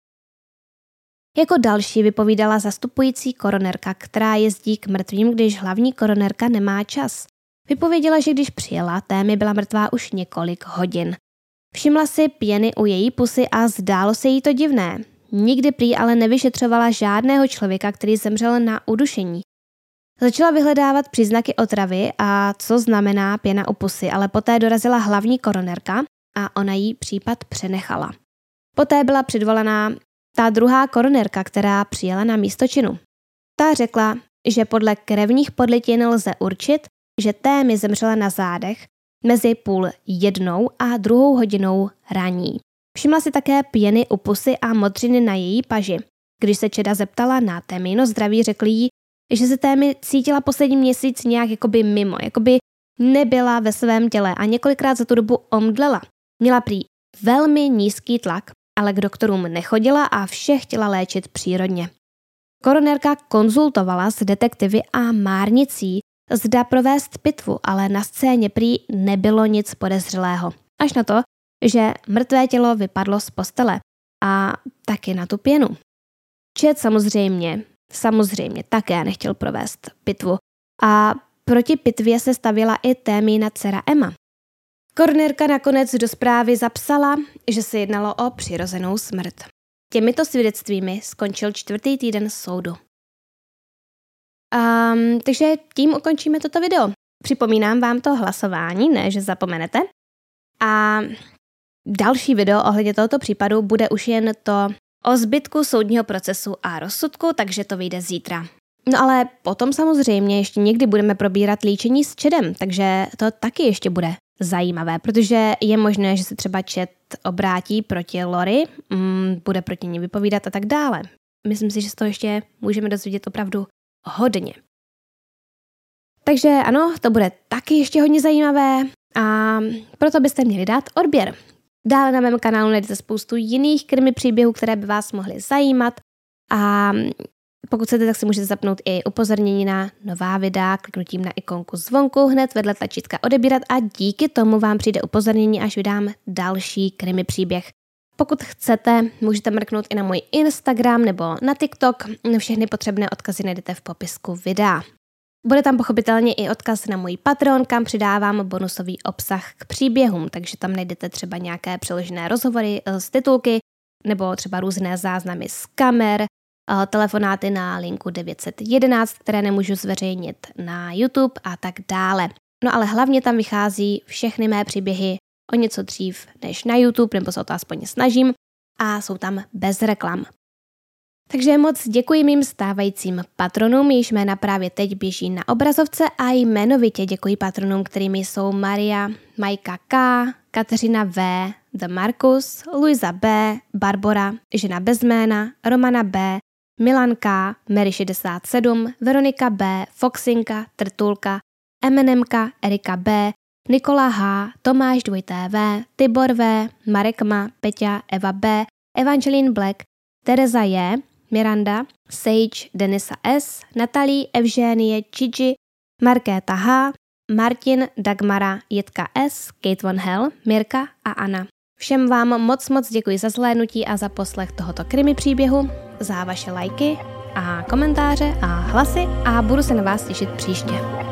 Jako další vypovídala zastupující koronérka, která jezdí k mrtvým, když hlavní koronérka nemá čas. Vypověděla, že když přijela, Tammy byla mrtvá už několik hodin. Všimla si pěny u její pusy a zdálo se jí to divné. Nikdy prý ale nevyšetřovala žádného člověka, který zemřel na udušení. Začala vyhledávat příznaky otravy a co znamená pěna u pusy, ale poté dorazila hlavní koronerka a ona jí případ přenechala. Poté byla předvolaná ta druhá koronerka, která přijela na místo činu. Ta řekla, že podle krevních podlitin lze určit, že Tammy zemřela na zádech mezi půl jednou a druhou hodinou raní. Všimla si také pěny u pusy a modřiny na její paži. Když se Čeda zeptala na Tammyno zdraví, řekl jí, že se Tammy cítila poslední měsíc nějak jakoby mimo, jakoby nebyla ve svém těle a několikrát za tu dobu omdlela. Měla prý velmi nízký tlak, ale k doktorům nechodila a vše chtěla léčit přírodně. Koronérka konzultovala s detektivy a márnicí, zda provést pitvu, ale na scéně prý nebylo nic podezřelého. Až na to, že mrtvé tělo vypadlo z postele a taky na tu pěnu. Čet samozřejmě, samozřejmě také nechtěl provést pitvu a proti pitvě se stavěla i Tammyna dcera Emma. Koronérka nakonec do zprávy zapsala, že se jednalo o přirozenou smrt. Těmito svědectvími skončil čtvrtý týden soudu. Um, takže tím ukončíme toto video. Připomínám vám to hlasování, ne, že zapomenete. A další video ohledně tohoto případu bude už jen to o zbytku soudního procesu a rozsudku, takže to vyjde zítra. No ale potom samozřejmě ještě někdy budeme probírat líčení s Chadem, takže to taky ještě bude zajímavé, protože je možné, že se třeba Chad obrátí proti Lori, mm, bude proti ní vypovídat a tak dále. Myslím si, že z toho ještě můžeme dozvědět opravdu hodně. Takže ano, to bude taky ještě hodně zajímavé a proto byste měli dát odběr. Dále na mém kanálu najdete spoustu jiných krimi příběhů, které by vás mohly zajímat a pokud chcete, tak si můžete zapnout i upozornění na nová videa kliknutím na ikonku zvonku hned vedle tlačítka odebírat a díky tomu vám přijde upozornění, až vydám další krimi příběh. Pokud chcete, můžete mrknout i na můj Instagram nebo na TikTok. Všechny potřebné odkazy najdete v popisku videa. Bude tam pochopitelně i odkaz na můj Patreon, kam přidávám bonusový obsah k příběhům, takže tam najdete třeba nějaké přeložené rozhovory z titulky nebo třeba různé záznamy z kamer, telefonáty na linku devět set jedenáct, které nemůžu zveřejnit na YouTube a tak dále. No ale hlavně tam vychází všechny mé příběhy o něco dřív než na YouTube, nebo se o to aspoň snažím, a jsou tam bez reklam. Takže moc děkuji mým stávajícím patronům, jejichž jména právě teď běží na obrazovce a jmenovitě děkuji patronům, kterými jsou Maria, Majka K, Kateřina V, The Markus, Luisa B, Barbora, Žena bez jména, Romana B, Milan K, Mary šedesát sedm, Veronika B, Foxinka, Trtulka, Eminemka, Erika B, Nikola H, Tomáš dvojité V, Tibor V, Marek Ma, Peťa, Eva B, Evangeline Black, Tereza J, Miranda, Sage, Denisa S, Natalie, Evženie, Gigi, Markéta H, Martin, Dagmara, Jitka S, Kate Von Hell, Mirka a Anna. Všem vám moc moc děkuji za zhlédnutí a za poslech tohoto krimi příběhu, za vaše lajky a komentáře a hlasy a budu se na vás těšit příště.